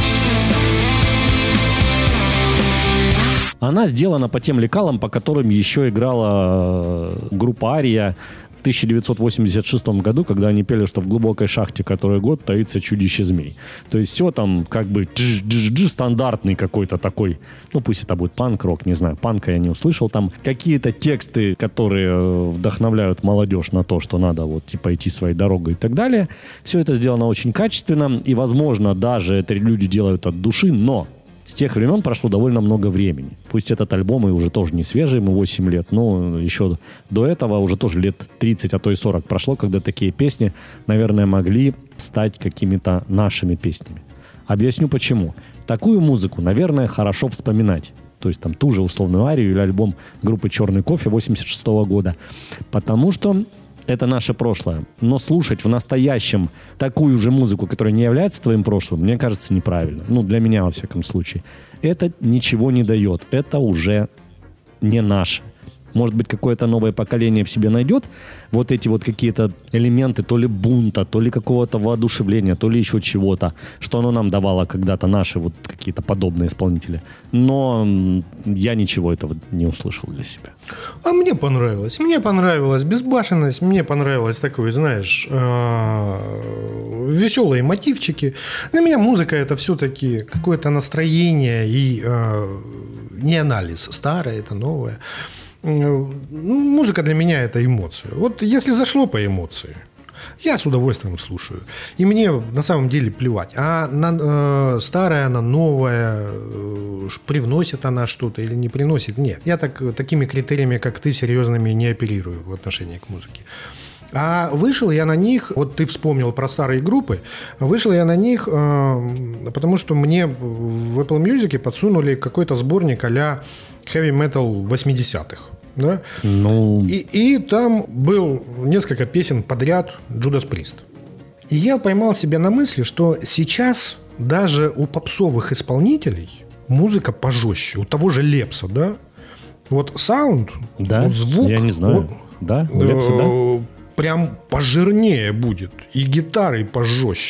Она сделана по тем лекалам, по которым еще играла группа Ария в 1986 году, когда они пели, что в глубокой шахте, который год, таится чудище-змей. То есть все там как бы стандартный какой-то такой, ну пусть это будет панк-рок, не знаю, панка я не услышал, там какие-то тексты, которые вдохновляют молодежь на то, что надо вот типа идти своей дорогой и так далее. Все это сделано очень качественно, и, возможно, даже это люди делают от души, но с тех времен прошло довольно много времени. Пусть этот альбом и уже тоже не свежий, ему 8 лет, но еще до этого уже тоже лет 30, а то и 40 прошло, когда такие песни, наверное, могли стать какими-то нашими песнями. Объясню почему. Такую музыку, наверное, хорошо вспоминать. То есть там ту же условную Арию или альбом группы «Черный кофе» 86 года. Потому что это наше прошлое. Но слушать в настоящем такую же музыку, которая не является твоим прошлым, мне кажется, неправильно. Ну, для меня, во всяком случае. Это ничего не дает. Это уже не наше. Может быть, какое-то новое поколение в себе найдет вот эти вот какие-то элементы то ли бунта, то ли какого-то воодушевления, то ли еще чего-то, что оно нам давало когда-то наши вот какие-то подобные исполнители. Но я ничего этого не услышал для себя. А мне понравилось. Мне понравилась безбашенность, мне понравилось такое, знаешь, веселые мотивчики. Для меня музыка — это все-таки какое-то настроение и не анализ. Старое, это новое. Музыка для меня — это эмоция. Вот если зашло по эмоции, я с удовольствием слушаю. И мне на самом деле плевать. А старая, она новая, привносит она что-то или не приносит. Нет. Я такими критериями, как ты, серьезными не оперирую в отношении к музыке. А вышел я на них, вот ты вспомнил про старые группы, вышел я на них, потому что мне в Apple Music подсунули какой-то сборник а-ля heavy metal 80-х. Да? Ну... И там был несколько песен подряд Judas Priest. И я поймал себя на мысли, что сейчас даже у попсовых исполнителей музыка пожестче. У того же Лепса, да? Вот саунд, да? вот звук... Я не знаю. Вот, да? У Лепса, да? Прям пожирнее будет. И гитары пожестче.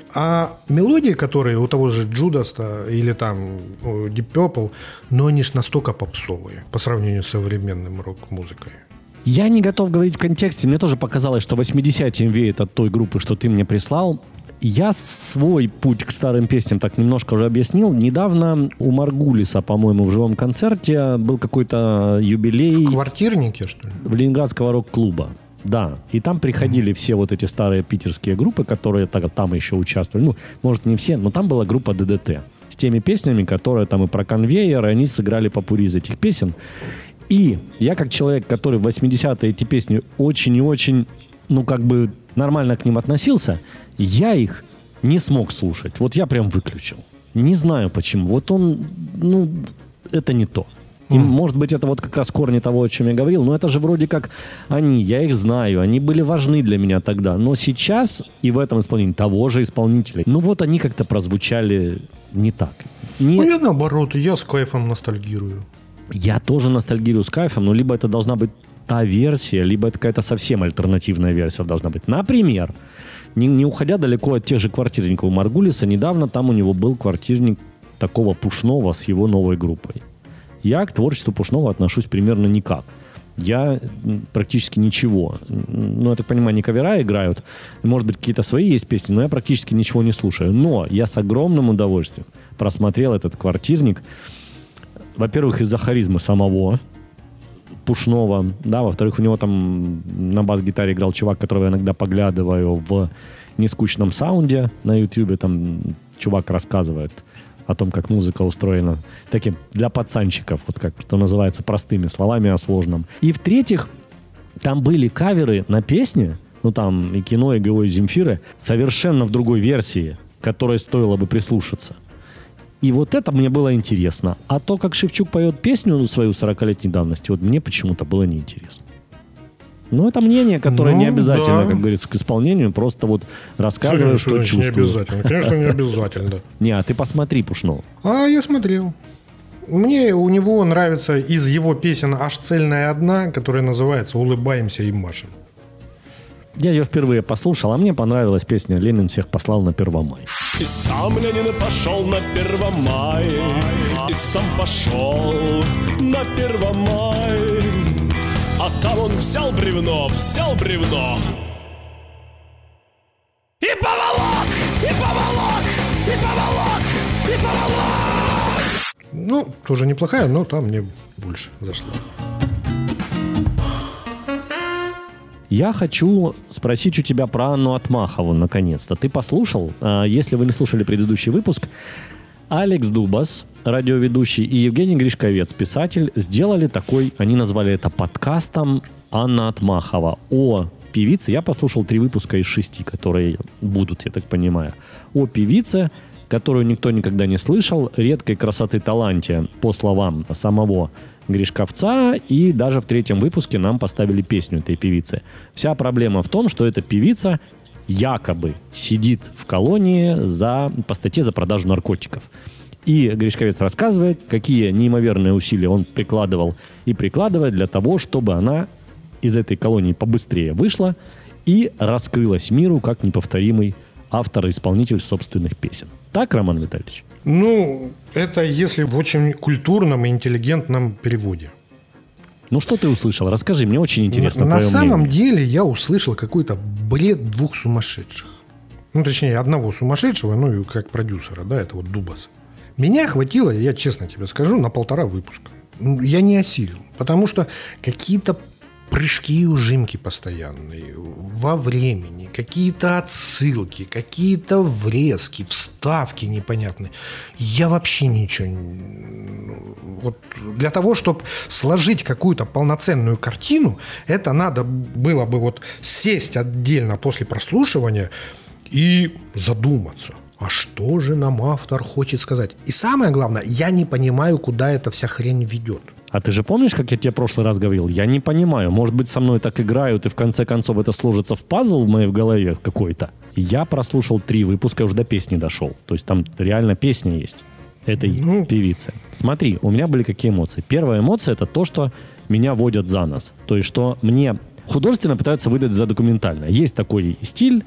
А мелодии, которые у того же Джудаса или там Deep Purple, но они ж настолько попсовые по сравнению с современным рок-музыкой. Я не готов говорить в контексте. Мне тоже показалось, что 80-е веет от той группы, что ты мне прислал. Я свой путь к старым песням так немножко уже объяснил. Недавно у Маргулиса, по-моему, в живом концерте был какой-то юбилей... В квартирнике, что ли? В Ленинградского рок-клуба. Да, и там приходили все вот эти старые питерские группы, которые там еще участвовали. Ну, может, не все, но там была группа ДДТ. С теми песнями, которые там и про конвейер, и они сыграли попурри из этих песен. И я, как человек, который в 80-е эти песни очень и очень, ну, как бы нормально к ним относился, я их не смог слушать. Вот я прям выключил. Не знаю почему. Вот он, ну, это не то. И, может быть, это вот как раз корни того, о чем я говорил. Но это же вроде как они, я их знаю, они были важны для меня тогда. Но сейчас и в этом исполнении того же исполнителя, ну вот они как-то прозвучали не так. Ну, я наоборот, я с кайфом ностальгирую. Я тоже ностальгирую с кайфом, но либо это должна быть та версия, либо это какая-то совсем альтернативная версия должна быть. Например, не уходя далеко от тех же квартирников у Маргулиса, недавно там у него был квартирник такого Пушного с его новой группой. Я к творчеству Пушного отношусь примерно никак. Я практически ничего. Ну, я так понимаю, не кавера играют. Может быть, какие-то свои есть песни, но я практически ничего не слушаю. Но я с огромным удовольствием просмотрел этот квартирник. Во-первых, из-за харизмы самого Пушного. Да, во-вторых, у него там на бас-гитаре играл чувак, которого я иногда поглядываю в нескучном саунде на Ютубе. Там чувак рассказывает о том, как музыка устроена таким для пацанчиков, вот как это называется, простыми словами о сложном. И в-третьих, там были каверы на песни, ну там и кино, и ГО, и Земфиры, совершенно в другой версии, которой стоило бы прислушаться. И вот это мне было интересно. А то, как Шевчук поет песню свою 40-летней давности, вот мне почему-то было неинтересно. Ну, это мнение, которое не обязательно, как говорится, к исполнению, просто вот рассказываю, что чувствую. Не обязательно. Конечно, не обязательно. Не, а ты посмотри Пушного. А, я смотрел. Мне у него нравится из его песен аж цельная одна, которая называется «Улыбаемся и машем». Я ее впервые послушал, а мне понравилась песня «Ленин всех послал на Первомай». И сам Ленин пошел на Первомай, и сам пошел на Первомай. А там он взял бревно, и поволок, и поволок, и поволок, и поволок. Ну, тоже неплохая, но там мне больше зашла. Я хочу спросить у тебя про Анну Атмахову, наконец-то. Ты послушал? Если вы не слушали предыдущий выпуск, Алекс Дубас, радиоведущий, и Евгений Гришковец, писатель, сделали такой, они назвали это подкастом «Анна Атмахова» о певице. Я послушал 3 выпуска из 6, которые будут, я так понимаю, о певице, которую никто никогда не слышал, редкой красоты таланте, по словам самого Гришковца, и даже в 3-м выпуске нам поставили песню этой певицы. Вся проблема в том, что эта певица якобы сидит в колонии по статье за продажу наркотиков. И Гришковец рассказывает, какие неимоверные усилия он прикладывал и прикладывает для того, чтобы она из этой колонии побыстрее вышла и раскрылась миру как неповторимый автор и исполнитель собственных песен. Так, Роман Витальевич? Ну, это если в очень культурном и интеллигентном переводе. Ну, что ты услышал? Расскажи, мне очень интересно На твое самом мнение. деле я услышал какой-то бред 2 сумасшедших. Ну, точнее, одного сумасшедшего, ну, и как продюсера, да, это вот Дубас. Меня хватило, я честно тебе скажу, на 1,5 выпуска. Я не осилил, потому что какие-то прыжки и ужимки постоянные во времени, какие-то отсылки, какие-то врезки, вставки непонятные. Я вообще ничего не... Вот для того, чтобы сложить какую-то полноценную картину, это надо было бы вот сесть отдельно после прослушивания и задуматься. А что же нам автор хочет сказать? И самое главное, я не понимаю, куда эта вся хрень ведет. А ты же помнишь, как я тебе в прошлый раз говорил? Я не понимаю. Может быть, со мной так играют, и в конце концов это сложится в пазл в моей голове какой-то. Я прослушал 3 выпуска, уже до песни дошел. То есть там реально песня есть этой певицы. Смотри, у меня были какие эмоции. Первая эмоция — это то, что меня водят за нос. То есть, что мне художественно пытаются выдать за документальное. Есть такой стиль.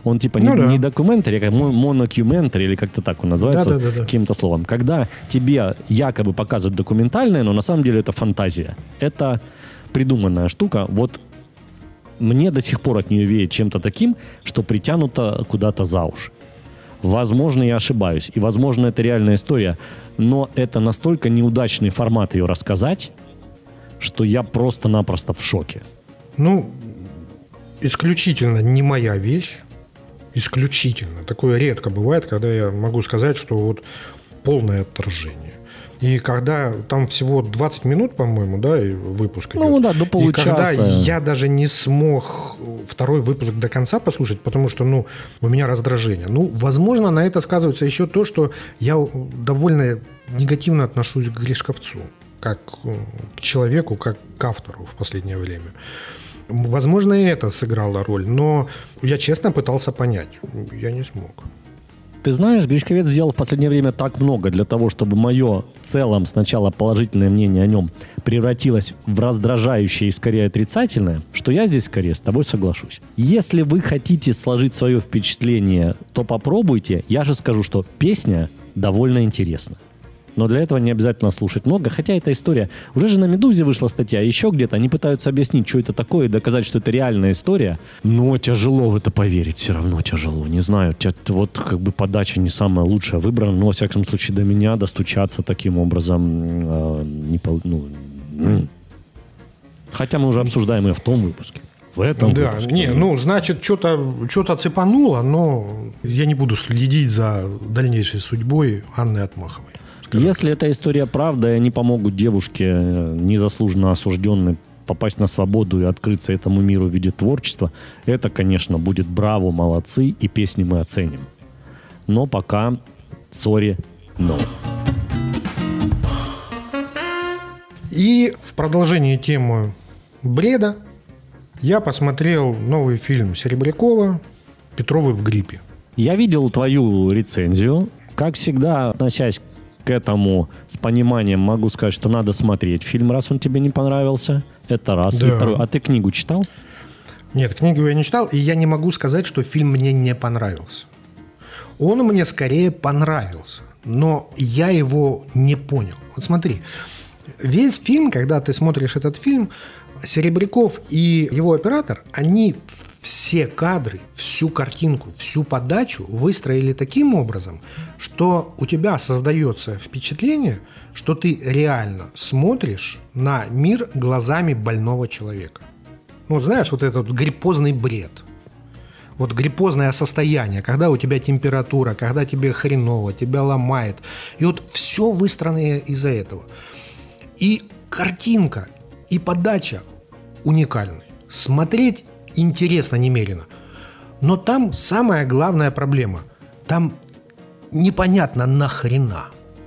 Он типа Ну да. не документари, а как монокюментари, или как-то так он называется, Да. каким-то словом. Когда тебе якобы показывают документальное, но на самом деле это фантазия. Это придуманная штука. Вот мне до сих пор от нее веет чем-то таким, что притянуто куда-то за уши. Возможно, я ошибаюсь. И, возможно, это реальная история. Но это настолько неудачный формат ее рассказать, что я просто-напросто в шоке. Ну, исключительно не моя вещь. Исключительно. Такое редко бывает, когда я могу сказать, что вот полное отторжение. И когда там всего 20 минут, по-моему, да, и выпуск идет. Ну да, до получаса. И когда я даже не смог второй выпуск до конца послушать, потому что, у меня раздражение. Возможно, на это сказывается еще то, что я довольно негативно отношусь к Гришковцу, как к человеку, как к автору в последнее время. Возможно, и это сыграло роль, но я честно пытался понять. Я не смог. Ты знаешь, Гришковец сделал в последнее время так много для того, чтобы мое в целом сначала положительное мнение о нем превратилось в раздражающее и скорее отрицательное, что я здесь скорее с тобой соглашусь. Если вы хотите сложить свое впечатление, то попробуйте. Я же скажу, что песня довольно интересна. Но для этого не обязательно слушать много, хотя эта история... Уже же на «Медузе» вышла статья, еще где-то они пытаются объяснить, что это такое, и доказать, что это реальная история. Но тяжело в это поверить, все равно тяжело. Не знаю, вот как бы подача не самая лучшая выбрана, но, во всяком случае, до меня достучаться таким образом Хотя мы уже обсуждаем ее в том выпуске. В этом выпуске. Значит, что-то цепануло, но я не буду следить за дальнейшей судьбой Анны Отмаховой. Если эта история правда, и они помогут девушке, незаслуженно осужденной, попасть на свободу и открыться этому миру в виде творчества, это, конечно, будет браво, молодцы, и песни мы оценим. Но пока, sorry, no. И в продолжении темы бреда я посмотрел новый фильм Серебрякова «Петровы в гриппе». Я видел твою рецензию. Как всегда, относясь к этому с пониманием, могу сказать, что надо смотреть фильм, раз он тебе не понравился. Это раз. Да. И второй. А ты книгу читал? Нет, книгу я не читал, и я не могу сказать, что фильм мне не понравился. Он мне скорее понравился, но я его не понял. Вот смотри, весь фильм, когда ты смотришь этот фильм, Серебряков и его оператор, они все кадры, всю картинку, всю подачу выстроили таким образом, что у тебя создается впечатление, что ты реально смотришь на мир глазами больного человека. Знаешь, вот этот гриппозный бред. Вот гриппозное состояние, когда у тебя температура, когда тебе хреново, тебя ломает. И вот все выстроено из-за этого. И картинка, и подача уникальны. Смотреть интересно немерено. Но там самая главная проблема. Там непонятно нахрена.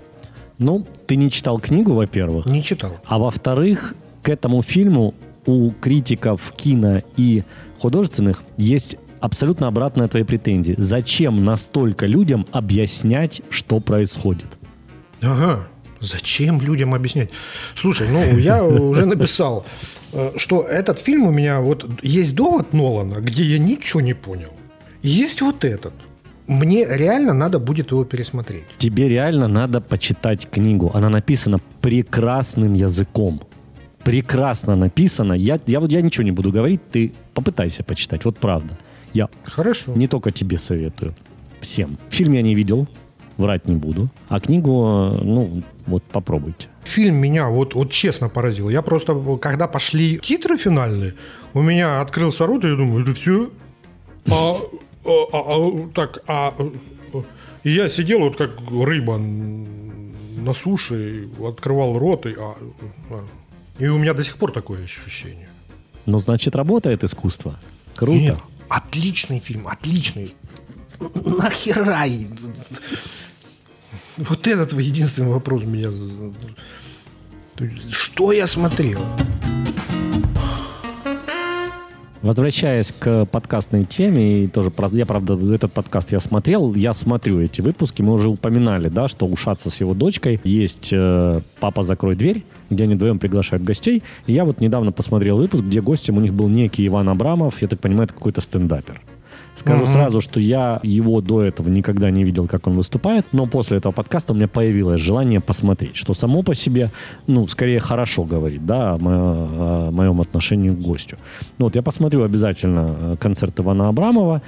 Ты не читал книгу, во-первых. Не читал. А во-вторых, к этому фильму у критиков кино и художественных есть абсолютно обратная твоей претензии. Зачем настолько людям объяснять, что происходит? Ага. Зачем людям объяснять? Слушай, я уже написал, что этот фильм у меня... Вот есть довод Нолана, где я ничего не понял. Есть вот этот. Мне реально надо будет его пересмотреть. Тебе реально надо почитать книгу. Она написана прекрасным языком. Прекрасно написано. Я ничего не буду говорить, ты попытайся почитать. Вот правда. Я Хорошо. Не только тебе советую. Всем. Фильм я не видел, врать не буду. А книгу, попробуйте. Фильм меня вот честно поразил. Я просто, когда пошли титры финальные, у меня открылся рот, и я думаю, это все? И я сидел вот как рыба на суше, открывал рот, и у меня до сих пор такое ощущение. Значит, работает искусство. Круто. Нет, отличный фильм, отличный. Нахера? Вот этот единственный вопрос меня... Что я смотрел? Возвращаясь к подкастной теме, и тоже, я, правда, этот подкаст я смотрю эти выпуски, мы уже упоминали, да, что у Шаца с его дочкой есть «Папа, закрой дверь», где они вдвоем приглашают гостей, и я вот недавно посмотрел выпуск, где гостем у них был некий Иван Абрамов, я так понимаю, это какой-то стендапер. Скажу сразу, что я его до этого никогда не видел, как он выступает, но после этого подкаста у меня появилось желание посмотреть, что само по себе, скорее хорошо говорит, да, о моем отношении к гостю. Вот я посмотрю обязательно концерт Ивана Абрамова.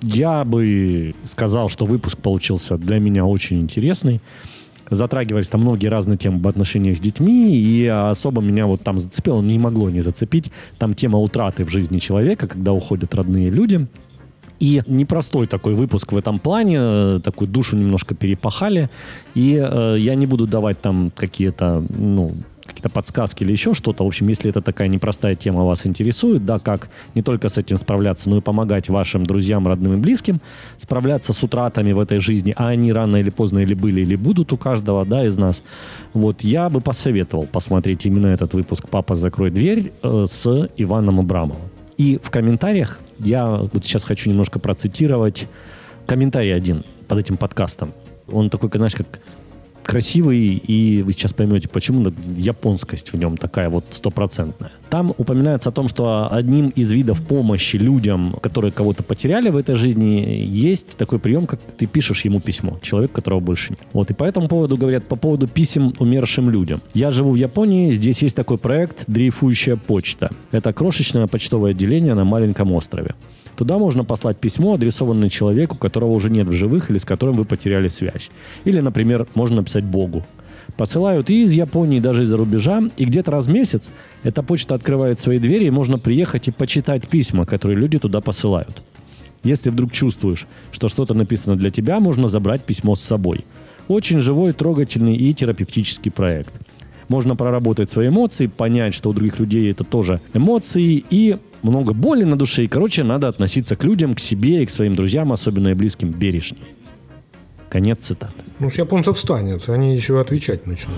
Я бы сказал, что выпуск получился для меня очень интересный. Затрагивались там многие разные темы об отношениях с детьми, и особо меня вот там зацепило, не могло не зацепить, там тема утраты в жизни человека, когда уходят родные люди. И непростой такой выпуск в этом плане, такую душу немножко перепахали, и я не буду давать там какие-то подсказки или еще что-то. В общем, если это такая непростая тема вас интересует, да, как не только с этим справляться, но и помогать вашим друзьям, родным и близким справляться с утратами в этой жизни, а они рано или поздно или были, или будут у каждого, да, из нас. Вот, я бы посоветовал посмотреть именно этот выпуск «Папа, закрой дверь» с Иваном Абрамовым. И в комментариях я вот сейчас хочу немножко процитировать комментарий один под этим подкастом. Он такой, знаешь, как красивый, и вы сейчас поймете, почему японскость в нем такая вот стопроцентная. Там упоминается о том, что одним из видов помощи людям, которые кого-то потеряли в этой жизни, есть такой прием, как ты пишешь ему письмо, человек, которого больше нет. Вот, и по этому поводу говорят, по поводу писем умершим людям. Я живу в Японии, здесь есть такой проект «Дрейфующая почта». Это крошечное почтовое отделение на маленьком острове. Туда можно послать письмо, адресованное человеку, которого уже нет в живых или с которым вы потеряли связь. Или, например, можно написать Богу. Посылают и из Японии, и даже из-за рубежа. И где-то раз в месяц эта почта открывает свои двери, и можно приехать и почитать письма, которые люди туда посылают. Если вдруг чувствуешь, что что-то написано для тебя, можно забрать письмо с собой. Очень живой, трогательный и терапевтический проект. Можно проработать свои эмоции, понять, что у других людей это тоже эмоции, и много боли на душе. И, короче, надо относиться к людям, к себе и к своим друзьям, особенно и близким, бережно. Конец цитаты. С японцев станется, они еще отвечать начнут.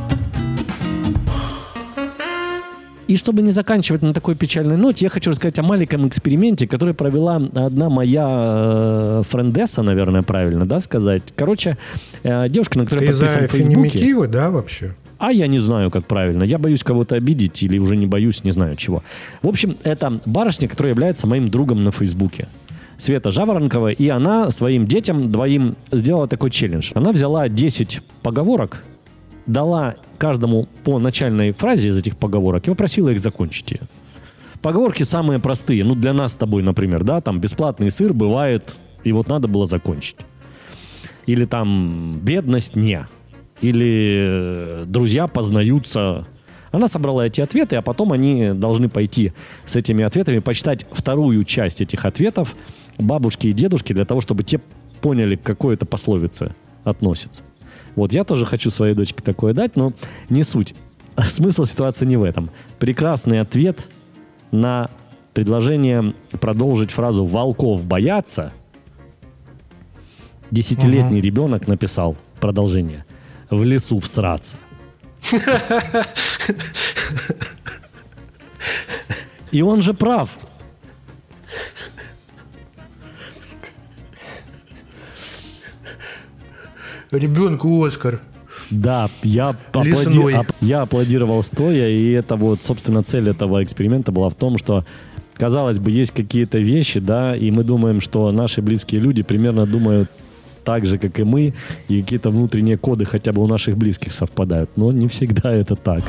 И чтобы не заканчивать на такой печальной ноте, я хочу рассказать о маленьком эксперименте, который провела одна моя френдесса, наверное, правильно, да, сказать. Короче, девушка, на которой подписан в Фейсбуке. Ты за феминитивы, да, вообще? А я не знаю, как правильно. Я боюсь кого-то обидеть или уже не боюсь, не знаю чего. В общем, это барышня, которая является моим другом на Фейсбуке. Света Жаворонкова. И она своим детям двоим сделала такой челлендж. Она взяла 10 поговорок, дала каждому по начальной фразе из этих поговорок и попросила их закончить ее. Поговорки самые простые. Для нас с тобой, например, да, там бесплатный сыр бывает, и вот надо было закончить. Или там бедность не. Или друзья познаются. Она собрала эти ответы, а потом они должны пойти с этими ответами, почитать вторую часть этих ответов бабушки и дедушки, для того, чтобы те поняли, к какой это пословице относится. Вот я тоже хочу своей дочке такое дать, но не суть. Смысл ситуации не в этом. Прекрасный ответ на предложение продолжить фразу «волков боятся». 10-летний ребенок написал продолжение «в лесу всраться». И он же прав. Ребенку Оскар. Да, я аплодировал стоя, и это вот, собственно, цель этого эксперимента была в том, что, казалось бы, есть какие-то вещи, да, и мы думаем, что наши близкие люди примерно думают так же, как и мы, и какие-то внутренние коды хотя бы у наших близких совпадают, но не всегда это так.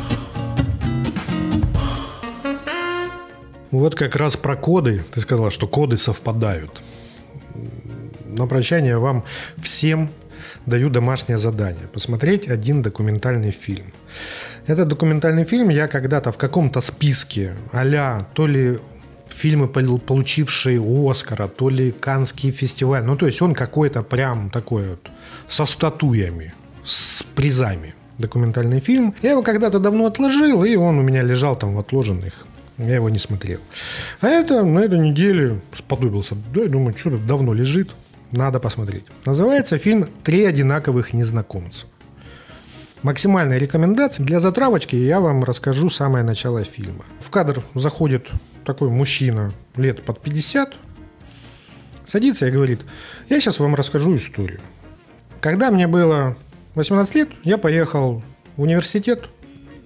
Вот как раз про коды. Ты сказала, что коды совпадают. На прощание вам всем даю домашнее задание. Посмотреть один документальный фильм. Этот документальный фильм я когда-то в каком-то списке а-ля то ли фильмы, получившие Оскара, то ли Каннский фестиваль. То есть он какой-то прям такой вот со статуями, с призами. Документальный фильм. Я его когда-то давно отложил, и он у меня лежал там в отложенных. Я его не смотрел. А это на этой неделе сподобился. Да, я думаю, что-то давно лежит. Надо посмотреть. Называется фильм «Три одинаковых незнакомца». Максимальная рекомендация. Для затравочки я вам расскажу самое начало фильма. В кадр заходит такой мужчина лет под 50, садится и говорит: я сейчас вам расскажу историю. Когда мне было 18 лет, я поехал в университет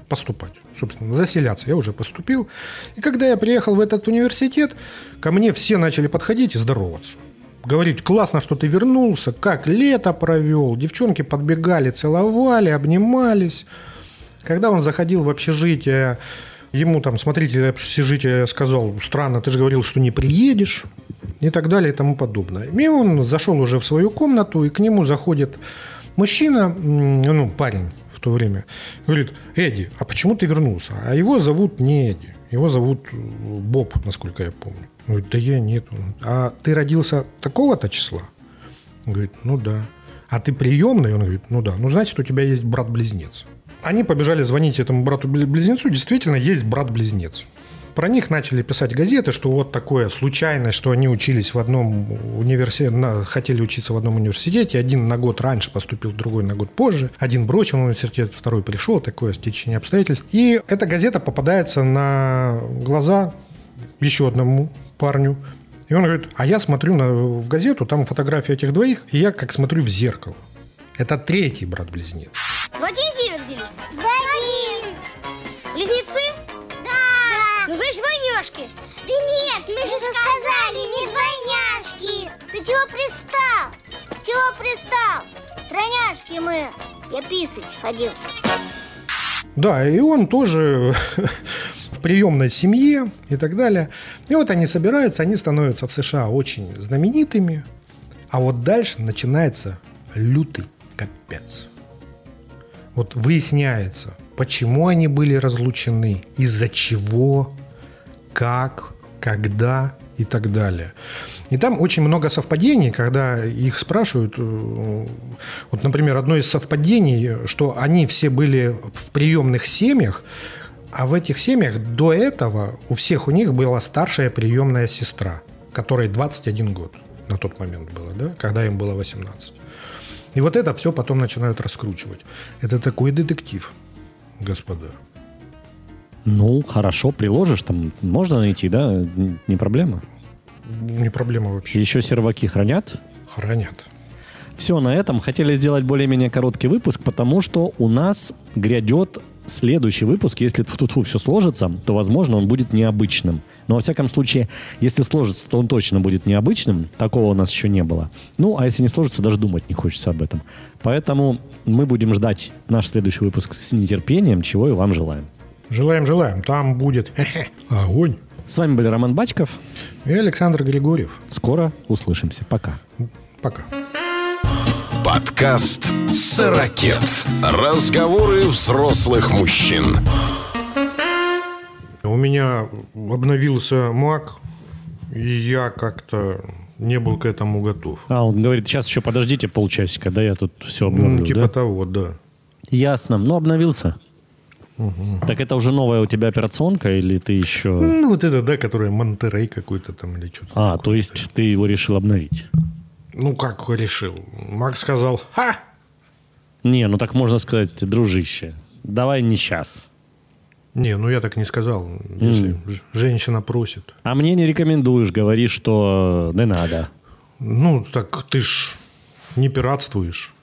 поступать, собственно, заселяться. Я уже поступил. И когда я приехал в этот университет, ко мне все начали подходить и здороваться. Говорить: классно, что ты вернулся, как лето провел. Девчонки подбегали, целовали, обнимались. Когда он заходил в общежитие, ему там смотритель общежития сказал: странно, ты же говорил, что не приедешь. И так далее и тому подобное. И он зашел уже в свою комнату, и к нему заходит мужчина, парень в то время, говорит: Эдди, а почему ты вернулся? А его зовут не Эдди, его зовут Боб, насколько я помню. Он говорит: да я нет. А ты родился такого-то числа? Он говорит: ну да. А ты приемный? Он говорит: ну да. Ну, значит, у тебя есть брат-близнец. Они побежали звонить этому брату-близнецу. Действительно, есть брат-близнец. Про них начали писать газеты, что вот такое случайность, что они учились в одном университете, хотели учиться в одном университете. Один на год раньше поступил, другой на год позже. Один бросил университет, второй пришел. Такое стечение обстоятельств. И эта газета попадается на глаза еще одному парню. И он говорит: а я смотрю в газету, там фотографии этих двоих, и я как смотрю в зеркало. Это третий брат-близнец. В один день родились? В один. Близнецы? Да. Ну, значит, двойняшки. Да нет, мы же сказали, не двойняшки. Ты чего пристал? Чего пристал? Тройняшки мы. Я писать ходил. Да, и он тоже в приемной семье и так далее. И вот они собираются, они становятся в США очень знаменитыми. А вот дальше начинается лютый капец. Вот выясняется, почему они были разлучены, из-за чего, как, когда и так далее. И там очень много совпадений, когда их спрашивают. Вот, например, одно из совпадений, что они все были в приемных семьях, а в этих семьях до этого у них была старшая приемная сестра, которой 21 год на тот момент было, да, когда им было 18. И вот это все потом начинают раскручивать. Это такой детектив, господа. Ну, хорошо, приложишь, там можно найти, да? Не проблема? Не проблема вообще. Еще серваки хранят? Хранят. Все, на этом хотели сделать более-менее короткий выпуск, потому что у нас грядет следующий выпуск. Если тьфу-тьфу все сложится, то, возможно, он будет необычным. Но, во всяком случае, если сложится, то он точно будет необычным. Такого у нас еще не было. Ну, а если не сложится, даже думать не хочется об этом. Поэтому мы будем ждать наш следующий выпуск с нетерпением, чего и вам желаем. Желаем. Там будет огонь. С вами были Роман Бачков и Александр Григорьев. Скоро услышимся. Пока. Пока. Подкаст «Сорокет». Разговоры взрослых мужчин. У меня обновился Mac, и я как-то не был к этому готов. Он говорит: сейчас еще подождите полчасика, да, я тут все обновлю. Типа да? того, да. Ясно. Ну, обновился. Угу. Так это уже новая у тебя операционка, или ты еще... Ну, вот это, да, которая Монтерей какой-то там или что-то. То есть ты его решил обновить? Ну, как решил? Макс сказал: ха! Не, ну так можно сказать: дружище, давай не сейчас. Не, ну я так не сказал, если женщина просит. А мне не рекомендуешь, говоришь, что не надо. Ну, так ты ж не пиратствуешь.